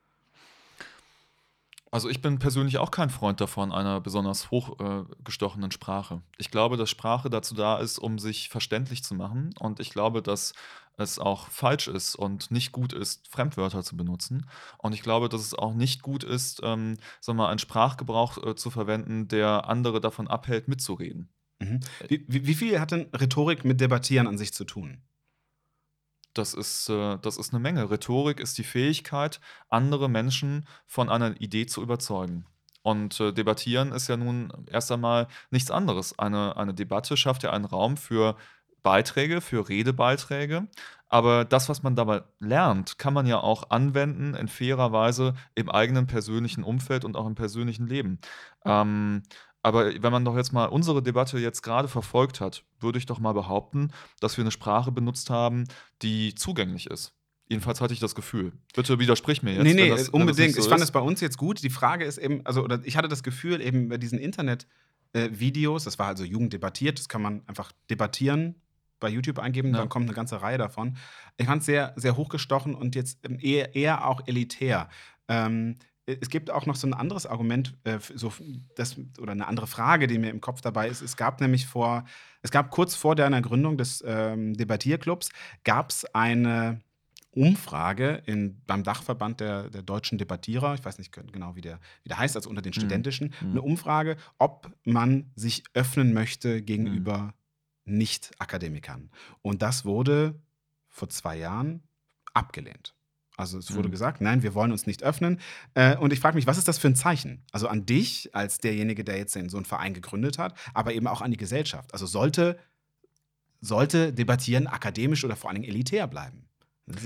Also ich bin persönlich auch kein Freund davon, einer besonders hochgestochenen äh, gestochenen Sprache. Ich glaube, dass Sprache dazu da ist, um sich verständlich zu machen. Und ich glaube, dass es auch falsch ist und nicht gut ist, Fremdwörter zu benutzen. Und ich glaube, dass es auch nicht gut ist, ähm, sagen wir mal, einen Sprachgebrauch äh, zu verwenden, der andere davon abhält, mitzureden. Mhm. Wie, wie, wie viel hat denn Rhetorik mit Debattieren an sich zu tun? Das ist, äh, das ist eine Menge. Rhetorik ist die Fähigkeit, andere Menschen von einer Idee zu überzeugen. Und äh, debattieren ist ja nun erst einmal nichts anderes. Eine, eine Debatte schafft ja einen Raum für Beiträge, für Redebeiträge. Aber das, was man dabei lernt, kann man ja auch anwenden in fairer Weise im eigenen persönlichen Umfeld und auch im persönlichen Leben. Ähm, aber wenn man doch jetzt mal unsere Debatte jetzt gerade verfolgt hat, würde ich doch mal behaupten, dass wir eine Sprache benutzt haben, die zugänglich ist. Jedenfalls hatte ich das Gefühl. Bitte widersprich mir Nee, jetzt, wenn nee, das, wenn das nicht unbedingt. so Ich fand ist. es bei uns jetzt gut. Die Frage ist eben, also, oder ich hatte das Gefühl, eben bei diesen Internet-Videos, das war also Jugend debattiert, das kann man einfach debattieren, bei YouTube eingeben, dann Ja. kommt eine ganze Reihe davon. Ich fand es sehr, sehr hochgestochen und jetzt ähm, eher, eher auch elitär. Ähm, es gibt auch noch so ein anderes Argument, äh, so, das, oder eine andere Frage, die mir im Kopf dabei ist. Es gab nämlich vor, es gab kurz vor deiner Gründung des ähm, Debattierclubs, gab es eine Umfrage in, beim Dachverband der, der deutschen Debattierer, ich weiß nicht genau, wie der, wie der heißt, also unter den Hm. Studentischen, Hm. eine Umfrage, ob man sich öffnen möchte Hm. gegenüber Nicht-Akademikern. Und das wurde vor zwei Jahren abgelehnt. Also es wurde Hm. gesagt, nein, wir wollen uns nicht öffnen. Äh, und ich frage mich, was ist das für ein Zeichen? Also an dich als derjenige, der jetzt so einen Verein gegründet hat, aber eben auch an die Gesellschaft. Also sollte, sollte Debattieren akademisch oder vor allen Dingen elitär bleiben? Das ist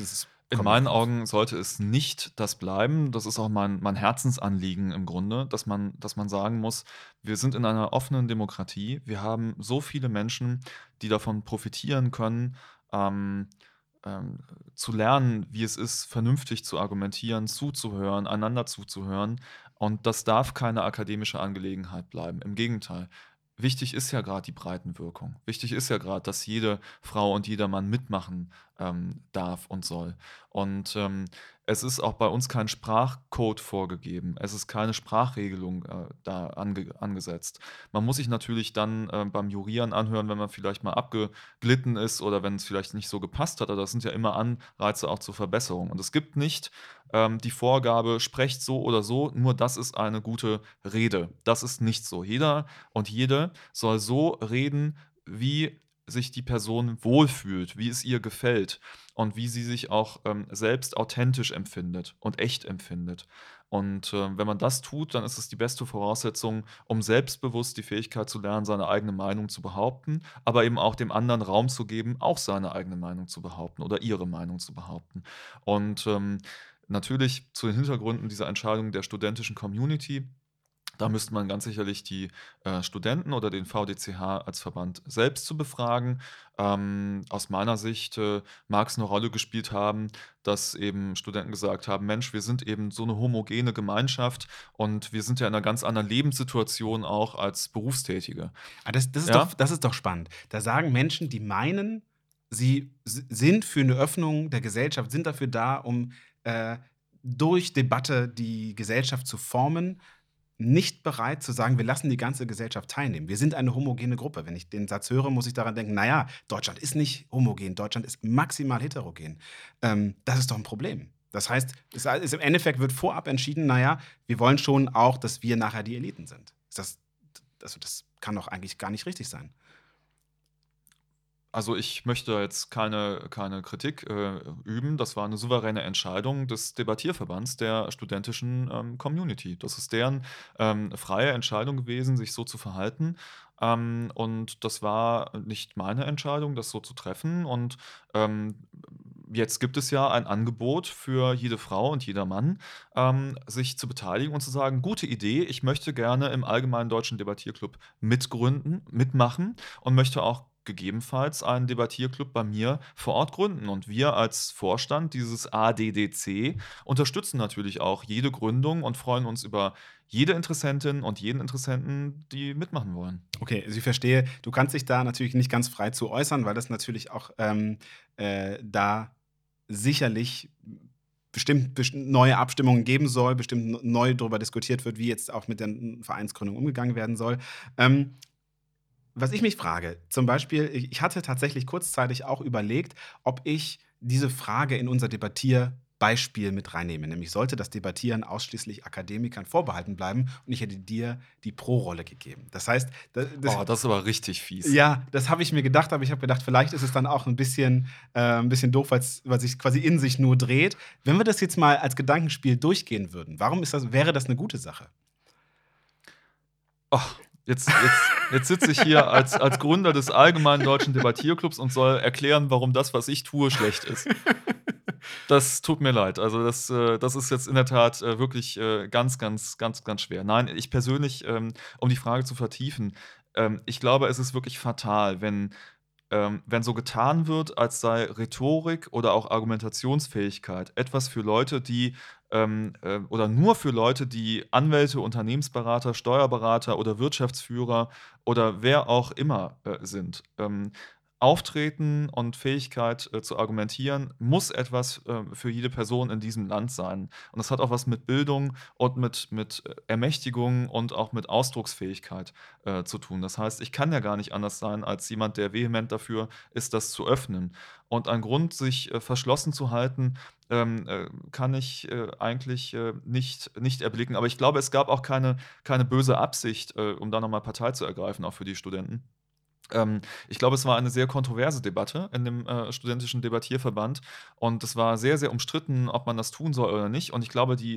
In meinen Augen sollte es nicht das bleiben. Das ist auch mein mein Herzensanliegen im Grunde, dass man dass man sagen muss: „Wir sind in einer offenen Demokratie. Wir haben so viele Menschen, die davon profitieren können, ähm, ähm, zu lernen, wie es ist, vernünftig zu argumentieren, zuzuhören, einander zuzuhören. Und das darf keine akademische Angelegenheit bleiben. Im Gegenteil. Wichtig ist ja gerade die Breitenwirkung. Wichtig ist ja gerade, dass jede Frau und jeder Mann mitmachen, ähm, darf und soll. Und, ähm, es ist auch bei uns kein Sprachcode vorgegeben. Es ist keine Sprachregelung, äh, da ange angesetzt. Man muss sich natürlich dann, äh, beim Jurieren anhören, wenn man vielleicht mal abgeglitten ist oder wenn es vielleicht nicht so gepasst hat, aber das sind ja immer Anreize auch zur Verbesserung. Und es gibt nicht, ähm, die Vorgabe: „Sprecht so oder so, nur das ist eine gute Rede.“ Das ist nicht so. Jeder und jede soll so reden, wie sich die Person wohlfühlt, wie es ihr gefällt und wie sie sich auch, ähm, selbst authentisch empfindet und echt empfindet. Und, ähm, wenn man das tut, dann ist es die beste Voraussetzung, um selbstbewusst die Fähigkeit zu lernen, seine eigene Meinung zu behaupten, aber eben auch dem anderen Raum zu geben, auch seine eigene Meinung zu behaupten oder ihre Meinung zu behaupten. Und, ähm, natürlich zu den Hintergründen dieser Entscheidung der studentischen Community, da müsste man ganz sicherlich die, äh, Studenten oder den V D C H als Verband selbst zu befragen. Ähm, aus meiner Sicht, äh, mag es eine Rolle gespielt haben, dass eben Studenten gesagt haben: „Mensch, wir sind eben so eine homogene Gemeinschaft und wir sind ja in einer ganz anderen Lebenssituation auch als Berufstätige.“ Ah, das das ist doch Ja? das ist doch spannend. Da sagen Menschen, die meinen, sie s sind für eine Öffnung der Gesellschaft, sind dafür da, um, äh, durch Debatte die Gesellschaft zu formen, nicht bereit zu sagen: „Wir lassen die ganze Gesellschaft teilnehmen. Wir sind eine homogene Gruppe.“ Wenn ich den Satz höre, muss ich daran denken: „Na ja, Deutschland ist nicht homogen, Deutschland ist maximal heterogen.“ Ähm, das ist doch ein Problem. Das heißt, es ist im Endeffekt wird vorab entschieden: „Na ja, wir wollen schon auch, dass wir nachher die Eliten sind.“ Ist das also, das kann doch eigentlich gar nicht richtig sein. Also, ich möchte jetzt keine keine Kritik, äh, üben. Das war eine souveräne Entscheidung des Debattierverbands der studentischen, ähm, Community. Das ist deren, ähm, freie Entscheidung gewesen, sich so zu verhalten. Ähm, und das war nicht meine Entscheidung, das so zu treffen. Und, ähm, jetzt gibt es ja ein Angebot für jede Frau und jeder Mann, ähm, sich zu beteiligen und zu sagen: „Gute Idee, ich möchte gerne im Allgemeinen Deutschen Debattierclub mitgründen mitmachen und möchte auch gegebenenfalls einen Debattierclub bei mir vor Ort gründen.“ Und wir als Vorstand dieses A D D C unterstützen natürlich auch jede Gründung und freuen uns über jede Interessentin und jeden Interessenten, die mitmachen wollen. Okay, also ich verstehe, du kannst dich da natürlich nicht ganz frei zu äußern, weil das natürlich auch, ähm, äh, da sicherlich bestimmt best neue Abstimmungen geben soll, bestimmt n neu darüber diskutiert wird, wie jetzt auch mit der n Vereinsgründung umgegangen werden soll. Ähm, was ich mich frage, zum Beispiel, ich ich hatte tatsächlich kurzzeitig auch überlegt, ob ich diese Frage in unser Debattierbeispiel mit reinnehme. Nämlich sollte das Debattieren ausschließlich Akademikern vorbehalten bleiben und ich hätte dir die Pro-Rolle gegeben. Das heißt, da das Oh, das ist aber richtig fies. ja, das habe ich mir gedacht, aber ich habe gedacht, vielleicht ist es dann auch ein bisschen äh, 'n bisschen doof, weil's weil sich quasi in sich nur dreht. Wenn wir das jetzt mal als Gedankenspiel durchgehen würden, warum ist das wäre das eine gute Sache? Ach, jetzt jetzt jetzt sitze ich hier als als Gründer des Allgemeinen Deutschen Debattierclubs und soll erklären, warum das, was ich tue, schlecht ist. Das tut mir leid. Also, das, äh das ist jetzt in der Tat, äh, wirklich, äh, ganz, ganz, ganz, ganz schwer. Nein, ich persönlich, ähm, um die Frage zu vertiefen, ähm, ich glaube, es ist wirklich fatal, wenn ähm, wenn so getan wird, als sei Rhetorik oder auch Argumentationsfähigkeit etwas für Leute, die ähm, äh, oder nur für Leute, die Anwälte, Unternehmensberater, Steuerberater oder Wirtschaftsführer oder wer auch immer äh, sind. Ähm, Auftreten und Fähigkeit äh, zu argumentieren muss etwas äh, für jede Person in diesem Land sein. Und das hat auch was mit Bildung und mit, mit äh, Ermächtigung und auch mit Ausdrucksfähigkeit äh, zu tun. Das heißt, ich kann ja gar nicht anders sein als jemand, der vehement dafür ist, das zu öffnen. Und ein Grund, sich äh, verschlossen zu halten, ähm, äh, kann ich äh, eigentlich äh, nicht, nicht erblicken. Aber ich glaube, es gab auch keine, keine böse Absicht, äh, um da nochmal Partei zu ergreifen, auch für die Studenten. Ähm, ich glaube, es war eine sehr kontroverse Debatte in dem äh, studentischen Debattierverband und es war sehr, sehr umstritten, ob man das tun soll oder nicht. Und ich glaube, die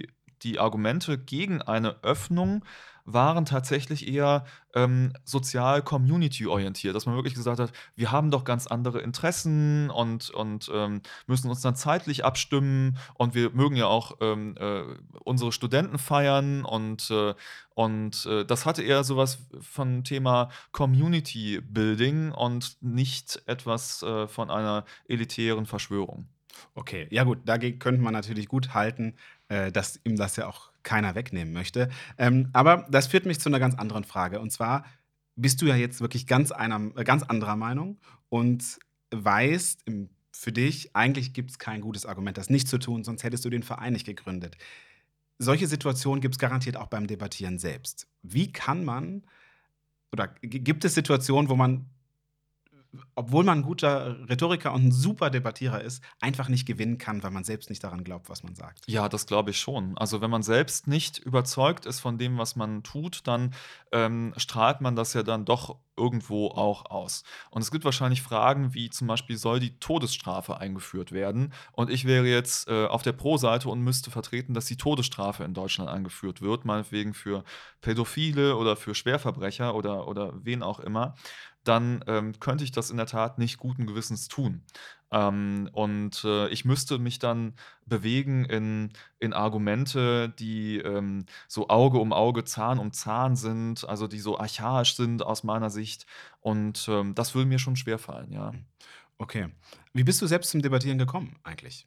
die Argumente gegen eine Öffnung waren tatsächlich eher ähm, sozial community-orientiert, dass man wirklich gesagt hat, wir haben doch ganz andere Interessen und, und ähm, müssen uns dann zeitlich abstimmen und wir mögen ja auch ähm, äh, unsere Studenten feiern und, äh, und äh, das hatte eher sowas von Thema Community Building und nicht etwas äh, von einer elitären Verschwörung. Okay, ja gut, dagegen könnte man natürlich gut halten, äh, dass ihm das ja auch keiner wegnehmen möchte. Ähm, aber das führt mich zu einer ganz anderen Frage. Und zwar bist du ja jetzt wirklich ganz einer äh, ganz anderer Meinung und weißt, im für dich, eigentlich gibt es kein gutes Argument, das nicht zu tun, sonst hättest du den Verein nicht gegründet. Solche Situationen gibt es garantiert auch beim Debattieren selbst. Wie kann man oder g gibt es Situationen, wo man, obwohl man 'n guter Rhetoriker und 'n super Debattierer ist, einfach nicht gewinnen kann, weil man selbst nicht daran glaubt, was man sagt? Ja, das glaube ich schon. Also, wenn man selbst nicht überzeugt ist von dem, was man tut, dann ähm, strahlt man das ja dann doch irgendwo auch aus. Und es gibt wahrscheinlich Fragen wie zum Beispiel: Soll die Todesstrafe eingeführt werden? Und ich wäre jetzt äh, auf der Pro-Seite und müsste vertreten, dass die Todesstrafe in Deutschland eingeführt wird, meinetwegen für Pädophile oder für Schwerverbrecher oder, oder wen auch immer. Dann ähm, könnte ich das in der Tat nicht guten Gewissens tun. Ähm, und äh, ich müsste mich dann bewegen in, in Argumente, die ähm, so Auge um Auge, Zahn um Zahn sind, also die so archaisch sind aus meiner Sicht. Und ähm, das würde mir schon schwerfallen, ja. Hm, okay. Wie bist du selbst zum Debattieren gekommen eigentlich?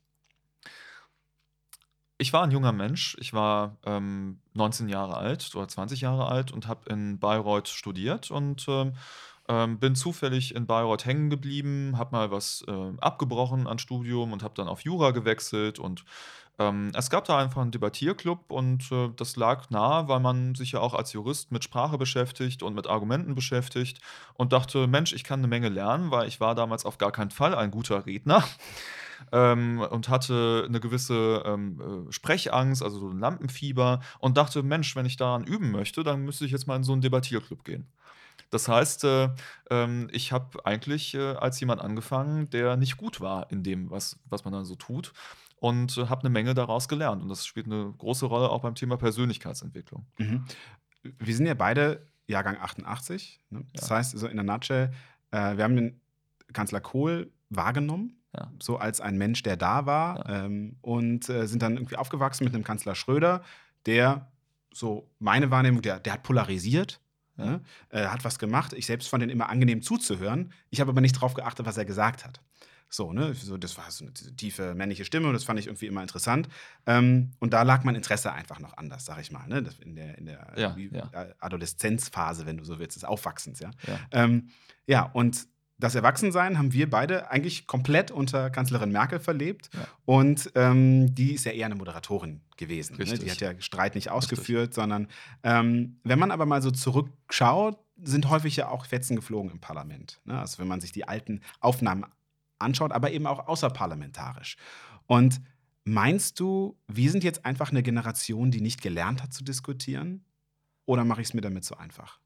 Ich war ein junger Mensch. Ich war ähm, neunzehn Jahre alt oder zwanzig Jahre alt und habe in Bayreuth studiert und ähm, ähm, bin zufällig in Bayreuth hängen geblieben, habe mal was ähm, abgebrochen an Studium und habe dann auf Jura gewechselt. Und ähm, es gab da einfach einen Debattierclub und äh, das lag nahe, weil man sich ja auch als Jurist mit Sprache beschäftigt und mit Argumenten beschäftigt und dachte, Mensch, ich kann eine Menge lernen, weil ich war damals auf gar keinen Fall ein guter Redner ähm, und hatte eine gewisse ähm, äh, Sprechangst, also so 'n Lampenfieber und dachte: „Mensch, wenn ich daran üben möchte, dann müsste ich jetzt mal in so einen Debattierclub gehen.“ Das heißt, äh, ähm, ich habe eigentlich äh, als jemand angefangen, der nicht gut war in dem, was was man dann so tut und äh, habe eine Menge daraus gelernt und das spielt eine große Rolle auch beim Thema Persönlichkeitsentwicklung. Mhm. Wir sind ja beide Jahrgang achtundachtzig, ne? Das Ja, heißt, so in der Nutshell, äh, wir haben den Kanzler Kohl wahrgenommen, ja, so als ein Mensch, der da war, ja, ähm, und, äh, sind dann irgendwie aufgewachsen mit einem Kanzler Schröder, der, so meine Wahrnehmung, der der hat polarisiert, ja, ne? Äh, hat was gemacht. Ich selbst fand ihn immer angenehm zuzuhören. Ich habe aber nicht drauf geachtet, was er gesagt hat. So, ne? So, das war so eine tiefe männliche Stimme und das fand ich irgendwie immer interessant. Ähm, und da lag mein Interesse einfach noch anders, sage ich mal, ne? Das in der in der ja, wie ja, A Adoleszenzphase, wenn du so willst, des Aufwachsens, ja. ja, Ähm, ja, und das Erwachsensein haben wir beide eigentlich komplett unter Kanzlerin Merkel verlebt ja, und, ähm, die ist ja eher eine Moderatorin gewesen, ne? Die hat richtig, ja Streit nicht richtig. ausgeführt, sondern, ähm, wenn man aber mal so zurückschaut, sind häufig ja auch Fetzen geflogen im Parlament, ne? Also, wenn man sich die alten Aufnahmen anschaut, aber eben auch außerparlamentarisch. Und meinst du, wir sind jetzt einfach eine Generation, die nicht gelernt hat zu diskutieren? Oder mache ich es mir damit zu einfach?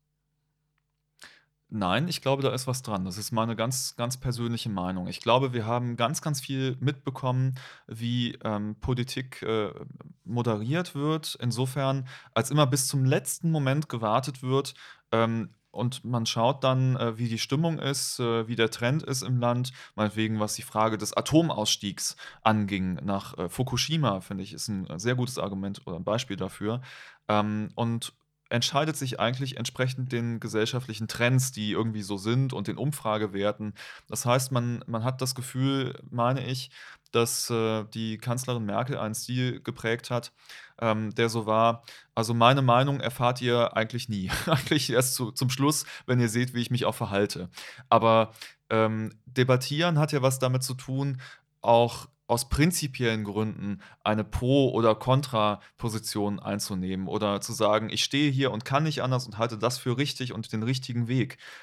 Nein, ich glaube, da ist was dran. Das ist meine ganz, ganz persönliche Meinung. Ich glaube, wir haben ganz, ganz viel mitbekommen, wie ähm, Politik äh, moderiert wird. Insofern, als immer bis zum letzten Moment gewartet wird ähm, und man schaut dann, äh, wie die Stimmung ist, äh, wie der Trend ist im Land. Meinetwegen, was die Frage des Atomausstiegs anging nach äh, Fukushima, finde ich, ist ein äh, sehr gutes Argument oder ein Beispiel dafür. Ähm, und entscheidet sich eigentlich entsprechend den gesellschaftlichen Trends, die irgendwie so sind und den Umfragewerten. Das heißt, man man hat das Gefühl, meine ich, dass äh, die Kanzlerin Merkel einen Stil geprägt hat, ähm, der so war: „Also, meine Meinung erfahrt ihr eigentlich nie. Eigentlich erst zu zum Schluss, wenn ihr seht, wie ich mich auch verhalte.“ Aber ähm, debattieren hat ja was damit zu tun, auch aus prinzipiellen Gründen eine Pro oder Kontraposition einzunehmen oder zu sagen: „Ich stehe hier und kann nicht anders und halte das für richtig und den richtigen Weg.“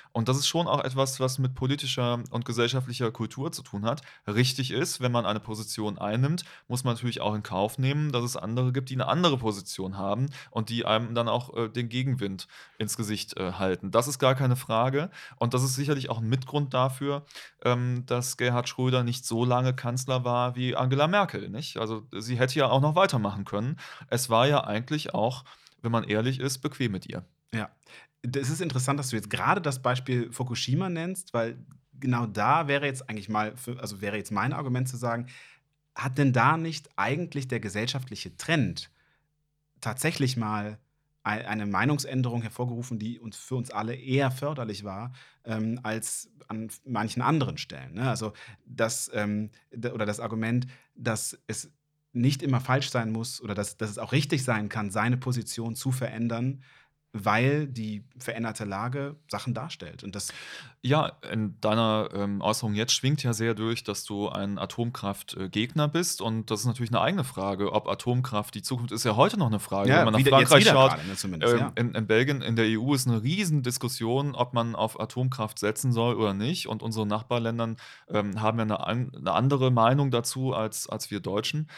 Und das ist schon auch etwas, was mit politischer und gesellschaftlicher Kultur zu tun hat. Richtig ist, wenn man eine Position einnimmt, muss man natürlich auch in Kauf nehmen, dass es andere gibt, die eine andere Position haben und die einem dann auch äh, den Gegenwind ins Gesicht äh, halten. Das ist gar keine Frage. Und das ist sicherlich auch ein Mitgrund dafür, ähm, dass Gerhard Schröder nicht so lange Kanzler war wie Angela Merkel, nicht? Also sie hätte ja auch noch weitermachen können. Es war ja eigentlich auch, wenn man ehrlich ist, bequem mit ihr. Ja. Das ist interessant, dass du jetzt gerade das Beispiel Fukushima nennst, weil genau da wäre jetzt eigentlich mal für also, wäre jetzt mein Argument zu sagen: Hat denn da nicht eigentlich der gesellschaftliche Trend tatsächlich mal ei eine Meinungsänderung hervorgerufen, die uns für uns alle eher förderlich war, ähm, als an f manchen anderen Stellen, ne? Also, das, ähm, d oder das Argument, dass es nicht immer falsch sein muss oder dass dass es auch richtig sein kann, seine Position zu verändern, weil die veränderte Lage Sachen darstellt. Und das Ja, in deiner, ähm, Äußerung jetzt schwingt ja sehr durch, dass du ein Atomkraftgegner äh, Gegner bist und das ist natürlich eine eigene Frage, ob Atomkraft die Zukunft ist ja heute noch eine Frage. Wenn ja, man nach wieder jetzt Frankreich wieder schaut, gerade, ne, zumindest, ähm, ja. in in Belgien, in der E U ist eine Riesendiskussion, ob man auf Atomkraft setzen soll oder nicht und unsere Nachbarländern, ähm, haben ja eine an 'ne andere Meinung dazu als als wir Deutschen.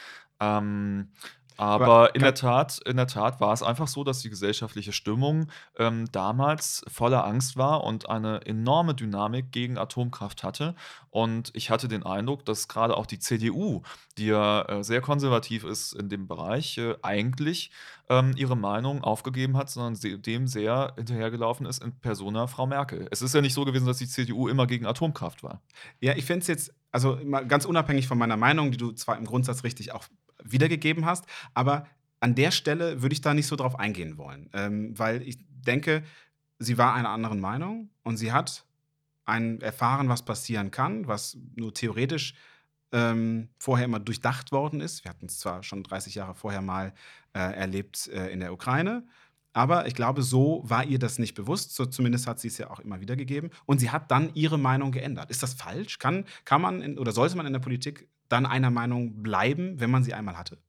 Ähm, Aber aber in der kann Tat in der Tat war es einfach so, dass die gesellschaftliche Stimmung ähm, damals voller Angst war und eine enorme Dynamik gegen Atomkraft hatte. Und ich hatte den Eindruck, dass gerade auch die C D U, die ja äh, sehr konservativ ist in dem Bereich, äh, eigentlich ähm, ihre Meinung aufgegeben hat, sondern se dem sehr hinterhergelaufen ist in persona Frau Merkel. Es ist ja nicht so gewesen, dass die C D U immer gegen Atomkraft war. Ja, ich finde es jetzt, also mal ganz unabhängig von meiner Meinung, die du zwar im Grundsatz richtig auch wiedergegeben hast, aber an der Stelle würde ich da nicht so drauf eingehen wollen, ähm, weil ich denke, sie war einer anderen Meinung und sie hat ein erfahren, was passieren kann, was nur theoretisch ähm, vorher immer durchdacht worden ist. Wir hatten es zwar schon dreißig Jahre vorher mal äh, erlebt äh, in der Ukraine, aber ich glaube, so war ihr das nicht bewusst. So, zumindest hat sie es ja auch immer wieder gegeben. Und sie hat dann ihre Meinung geändert. Ist das falsch? Kann, kann man in, oder sollte man in der Politik dann einer Meinung bleiben, wenn man sie einmal hatte?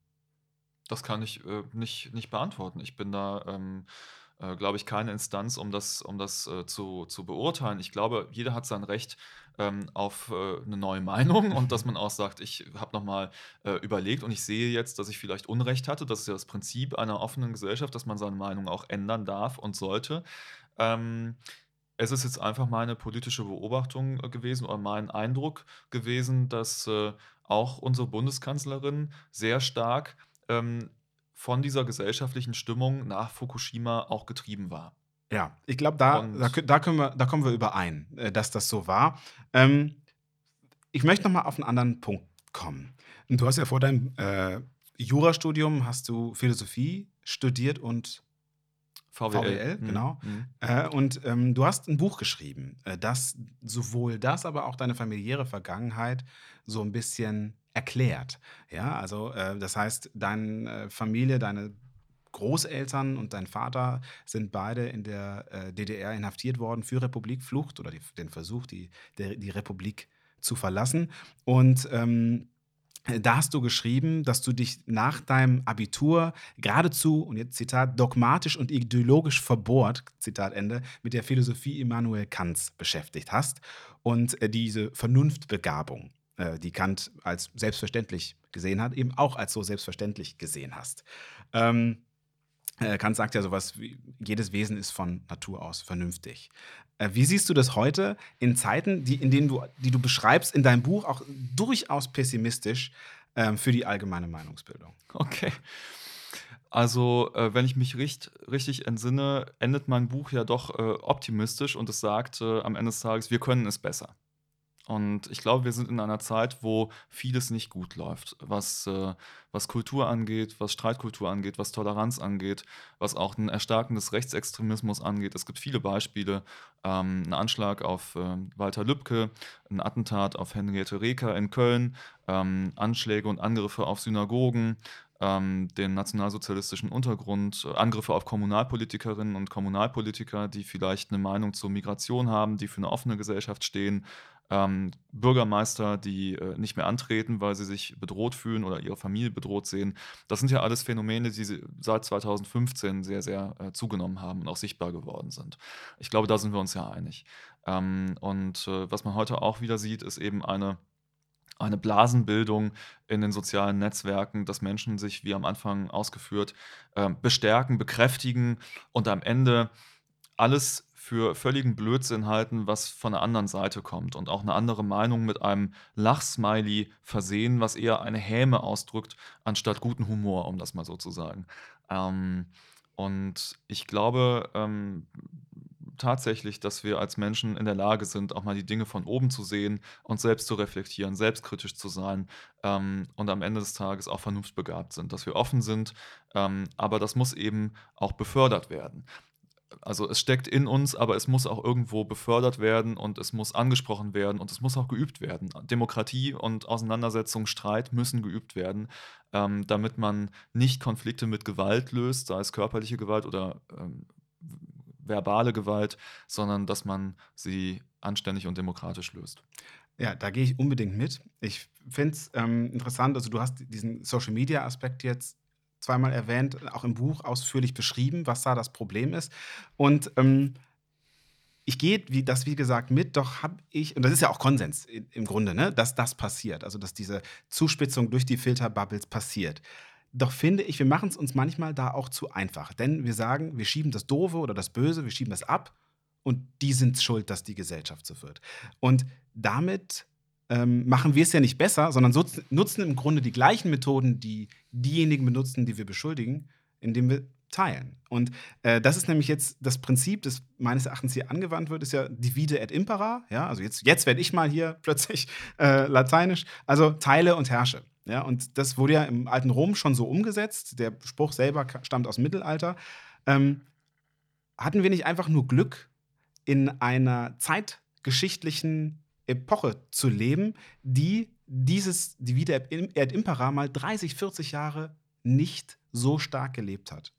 Das kann ich, äh, nicht nicht beantworten. Ich bin da, ähm, äh, glaube ich, keine Instanz, um das um das, äh, zu zu beurteilen. Ich glaube, jeder hat sein Recht, ähm, auf, äh, 'ne neue Meinung und dass man auch sagt: „Ich habe noch mal, äh, überlegt und ich sehe jetzt, dass ich vielleicht Unrecht hatte.“ Das ist ja das Prinzip einer offenen Gesellschaft, dass man seine Meinung auch ändern darf und sollte. Ähm, Es ist jetzt einfach meine politische Beobachtung, äh, gewesen oder mein Eindruck gewesen, dass, äh, auch unsere Bundeskanzlerin sehr stark, ähm, von dieser gesellschaftlichen Stimmung nach Fukushima auch getrieben war. Ja, ich glaube, da, da, Und kö- da, können wir, da kommen wir überein, äh, dass das so war. Ähm, Ich möchte noch mal auf einen anderen Punkt kommen. Du hast ja vor deinem äh, Jurastudium hast du Philosophie studiert und V W L, V W L, mhm, genau. mhm. Äh, und ähm, du hast ein Buch geschrieben, äh, das sowohl das, aber auch deine familiäre Vergangenheit so ein bisschen erklärt. Ja, also äh, das heißt, deine äh, Familie, deine Großeltern und dein Vater sind beide in der äh, D D R inhaftiert worden für Republikflucht oder die, den Versuch, die, der, die Republik zu verlassen. Und ähm, äh, da hast du geschrieben, dass du dich nach deinem Abitur geradezu, und jetzt Zitat, dogmatisch und ideologisch verbohrt, Zitat Ende, mit der Philosophie Immanuel Kants beschäftigt hast und äh, diese Vernunftbegabung, äh, die Kant als selbstverständlich gesehen hat, eben auch als so selbstverständlich gesehen hast. Ähm, äh, Kant sagt ja sowas wie, jedes Wesen ist von Natur aus vernünftig. Äh, wie siehst du das heute in Zeiten, die, in denen du, die du beschreibst in deinem Buch, auch durchaus pessimistisch ähm, für die allgemeine Meinungsbildung? Okay. Also, äh, wenn ich mich richt richtig entsinne, endet mein Buch ja doch, äh, optimistisch und es sagt, äh, am Ende des Tages: „Wir können es besser.“ Und ich glaube, wir sind in einer Zeit, wo vieles nicht gut läuft, was, äh, was Kultur angeht, was Streitkultur angeht, was Toleranz angeht, was auch ein Erstarken des Rechtsextremismus angeht. Es gibt viele Beispiele. Ähm, 'n Anschlag auf, ähm, Walter Lübcke, ein Attentat auf Henriette Reker in Köln, ähm, Anschläge und Angriffe auf Synagogen, ähm, den nationalsozialistischen Untergrund, äh, Angriffe auf Kommunalpolitikerinnen und Kommunalpolitiker, die vielleicht eine Meinung zur Migration haben, die für eine offene Gesellschaft stehen, ähm, Bürgermeister, die äh, nicht mehr antreten, weil sie sich bedroht fühlen oder ihre Familie bedroht sehen. Das sind ja alles Phänomene, die sie seit zweitausendfünfzehn sehr, sehr äh, zugenommen haben und auch sichtbar geworden sind. Ich glaube, da sind wir uns ja einig. Ähm, und äh, was man heute auch wieder sieht, ist eben eine eine Blasenbildung in den sozialen Netzwerken, dass Menschen sich, wie am Anfang ausgeführt, ähm, bestärken, bekräftigen und am Ende alles für völligen Blödsinn halten, was von der anderen Seite kommt und auch eine andere Meinung mit einem Lachsmiley versehen, was eher eine Häme ausdrückt, anstatt guten Humor, um das mal so zu sagen. Ähm, und ich glaube, ähm, tatsächlich, dass wir als Menschen in der Lage sind, auch mal die Dinge von oben zu sehen, uns selbst zu reflektieren, selbstkritisch zu sein, ähm, und am Ende des Tages auch vernunftbegabt sind, dass wir offen sind, ähm, aber das muss eben auch befördert werden. Also es steckt in uns, aber es muss auch irgendwo befördert werden und es muss angesprochen werden und es muss auch geübt werden. Demokratie und Auseinandersetzung, Streit müssen geübt werden, ähm, damit man nicht Konflikte mit Gewalt löst, sei es körperliche Gewalt oder ähm, verbale Gewalt, sondern dass man sie anständig und demokratisch löst. Ja, da gehe ich unbedingt mit. Ich finde es ähm, interessant, also du hast diesen Social-Media-Aspekt jetzt zweimal erwähnt, auch im Buch ausführlich beschrieben, was da das Problem ist. Und ähm, ich gehe wie, das, wie gesagt, mit, doch habe ich, und das ist ja auch Konsens i- im Grunde, ne, dass das passiert, also dass diese Zuspitzung durch die Filterbubbles passiert. Doch finde ich, wir machen es uns manchmal da auch zu einfach. Denn wir sagen, wir schieben das Doofe oder das Böse, wir schieben das ab und die sind schuld, dass die Gesellschaft so wird. Und damit ähm, machen wir es ja nicht besser, sondern so, nutzen im Grunde die gleichen Methoden, die diejenigen benutzen, die wir beschuldigen, indem wir teilen. Und äh, das ist nämlich jetzt das Prinzip, das meines Erachtens hier angewandt wird, ist ja divide et impera. Ja? Also jetzt, jetzt werde ich mal hier plötzlich äh, lateinisch. Also teile und herrsche. Ja? Und das wurde ja im alten Rom schon so umgesetzt. Der Spruch selber ka- stammt aus dem Mittelalter. Ähm, hatten wir nicht einfach nur Glück, in einer zeitgeschichtlichen Epoche zu leben, die dieses divide et impera mal dreißig, vierzig Jahre nicht so stark gelebt hat?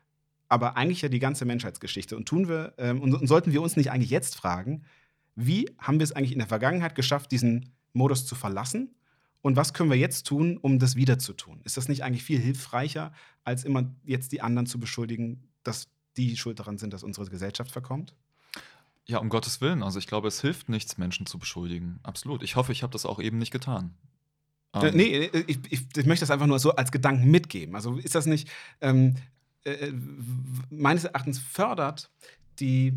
Aber eigentlich ja die ganze Menschheitsgeschichte. Und tun wir, ähm, und, und sollten wir uns nicht eigentlich jetzt fragen, wie haben wir es eigentlich in der Vergangenheit geschafft, diesen Modus zu verlassen? Und was können wir jetzt tun, um das wieder zu tun? Ist das nicht eigentlich viel hilfreicher, als immer jetzt die anderen zu beschuldigen, dass die schuld daran sind, dass unsere Gesellschaft verkommt? Ja, um Gottes Willen. Also ich glaube, es hilft nichts, Menschen zu beschuldigen. Absolut. Ich hoffe, ich habe das auch eben nicht getan. Äh, Ähm, nee, äh, ich, ich, ich möchte das einfach nur so als Gedanken mitgeben. Also ist das nicht, ähm, äh, w- meines Erachtens fördert die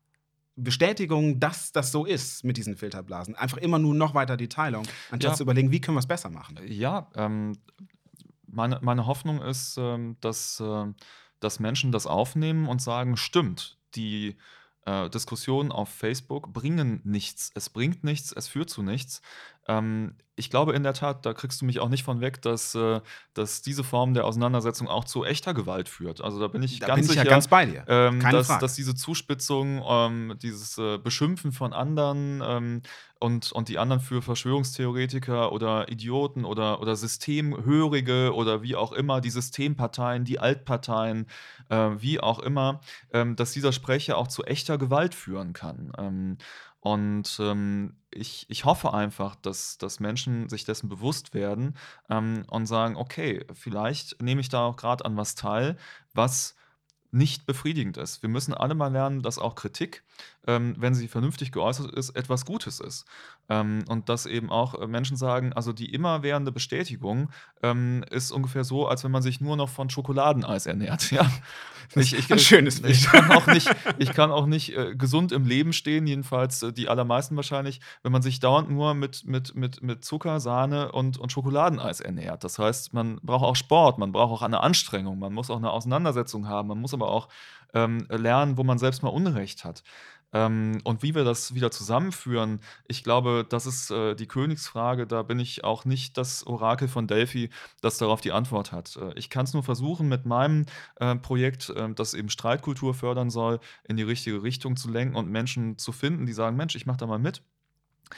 Bestätigung, dass das so ist mit diesen Filterblasen, einfach immer nur noch weiter die Teilung, anstatt ja, zu überlegen, wie können wir es besser machen. ja, ähm, meine, meine Hoffnung ist, ähm, dass, äh, dass Menschen das aufnehmen und sagen, stimmt, die äh, Diskussionen auf Facebook bringen nichts. Es bringt nichts, es führt zu nichts. Ähm, ich glaube in der Tat, da kriegst du mich auch nicht von weg, dass, äh, dass diese Form der Auseinandersetzung auch zu echter Gewalt führt. Also da bin ich Da bin ganz ich ja sicher, ganz bei dir. ähm, Keine dass, Frage. dass diese Zuspitzung, ähm, dieses äh, Beschimpfen von anderen, ähm, und, und die anderen für Verschwörungstheoretiker oder Idioten oder, oder Systemhörige oder wie auch immer, die Systemparteien, die Altparteien, äh, wie auch immer, ähm, dass dieser Sprech ja auch zu echter Gewalt führen kann. Ähm, und ähm, ich, ich hoffe einfach, dass, dass Menschen sich dessen bewusst werden, ähm, und sagen, okay, vielleicht nehme ich da auch gerade an was teil, was nicht befriedigend ist. Wir müssen alle mal lernen, dass auch Kritik, ähm, wenn sie vernünftig geäußert ist, etwas Gutes ist. Ähm, und dass eben auch äh, Menschen sagen, also die immerwährende Bestätigung ähm, ist ungefähr so, als wenn man sich nur noch von Schokoladeneis ernährt. Ja? Das Ich, ist ich, ein äh, schönes ich Bild. kann auch nicht, ich kann auch nicht äh, gesund im Leben stehen, jedenfalls äh, die allermeisten wahrscheinlich, wenn man sich dauernd nur mit, mit, mit, mit Zucker, Sahne und, und Schokoladeneis ernährt. Das heißt, man braucht auch Sport, man braucht auch eine Anstrengung, man muss auch eine Auseinandersetzung haben, man muss aber auch ähm, lernen, wo man selbst mal Unrecht hat. Ähm, und wie wir das wieder zusammenführen, ich glaube, das ist äh, die Königsfrage. Da bin ich auch nicht das Orakel von Delphi, das darauf die Antwort hat. Äh, ich kann es nur versuchen, mit meinem äh, Projekt, äh, das eben Streitkultur fördern soll, in die richtige Richtung zu lenken und Menschen zu finden, die sagen: Mensch, ich mache da mal mit.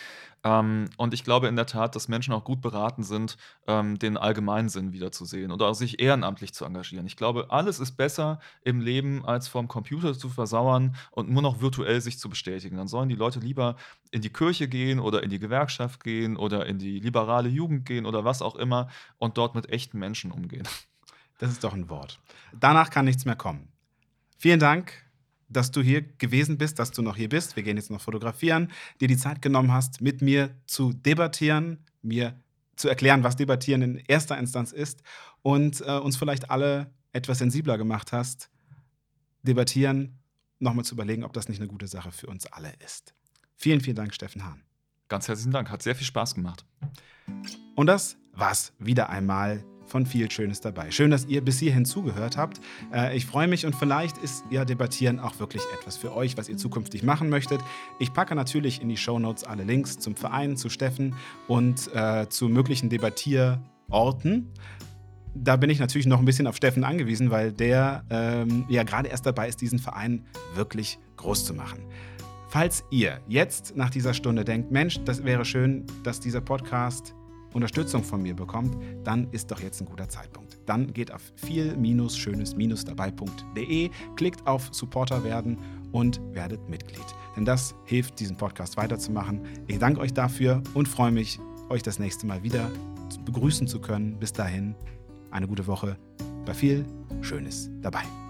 Ähm, und ich glaube in der Tat, dass Menschen auch gut beraten sind, ähm, den Allgemeinsinn wiederzusehen oder auch sich ehrenamtlich zu engagieren. Ich glaube, alles ist besser im Leben, als vorm Computer zu versauern und nur noch virtuell sich zu bestätigen. Dann sollen die Leute lieber in die Kirche gehen oder in die Gewerkschaft gehen oder in die liberale Jugend gehen oder was auch immer und dort mit echten Menschen umgehen. Das ist doch ein Wort. Danach kann nichts mehr kommen. Vielen Dank, dass du hier gewesen bist, dass du noch hier bist. Wir gehen jetzt noch fotografieren, dir die Zeit genommen hast, mit mir zu debattieren, mir zu erklären, was Debattieren in erster Instanz ist und äh, uns vielleicht alle etwas sensibler gemacht hast, Debattieren nochmal zu überlegen, ob das nicht eine gute Sache für uns alle ist. Vielen, vielen Dank, Steffen Hahn. Ganz herzlichen Dank, hat sehr viel Spaß gemacht. Und das war's wieder einmal von viel Schönes dabei. Schön, dass ihr bis hierhin zugehört habt. Äh, ich freue mich und vielleicht ist ja Debattieren auch wirklich etwas für euch, was ihr zukünftig machen möchtet. Ich packe natürlich in die Shownotes alle Links zum Verein, zu Steffen und äh, zu möglichen Debattierorten. Da bin ich natürlich noch ein bisschen auf Steffen angewiesen, weil der ähm, ja gerade erst dabei ist, diesen Verein wirklich groß zu machen. Falls ihr jetzt nach dieser Stunde denkt, Mensch, das wäre schön, dass dieser Podcast Unterstützung von mir bekommt, dann ist doch jetzt ein guter Zeitpunkt. Dann geht auf viel Schönes dabei punkt de, klickt auf Supporter werden und werdet Mitglied. Denn das hilft, diesen Podcast weiterzumachen. Ich danke euch dafür und freue mich, euch das nächste Mal wieder begrüßen zu können. Bis dahin, eine gute Woche bei viel Schönes dabei.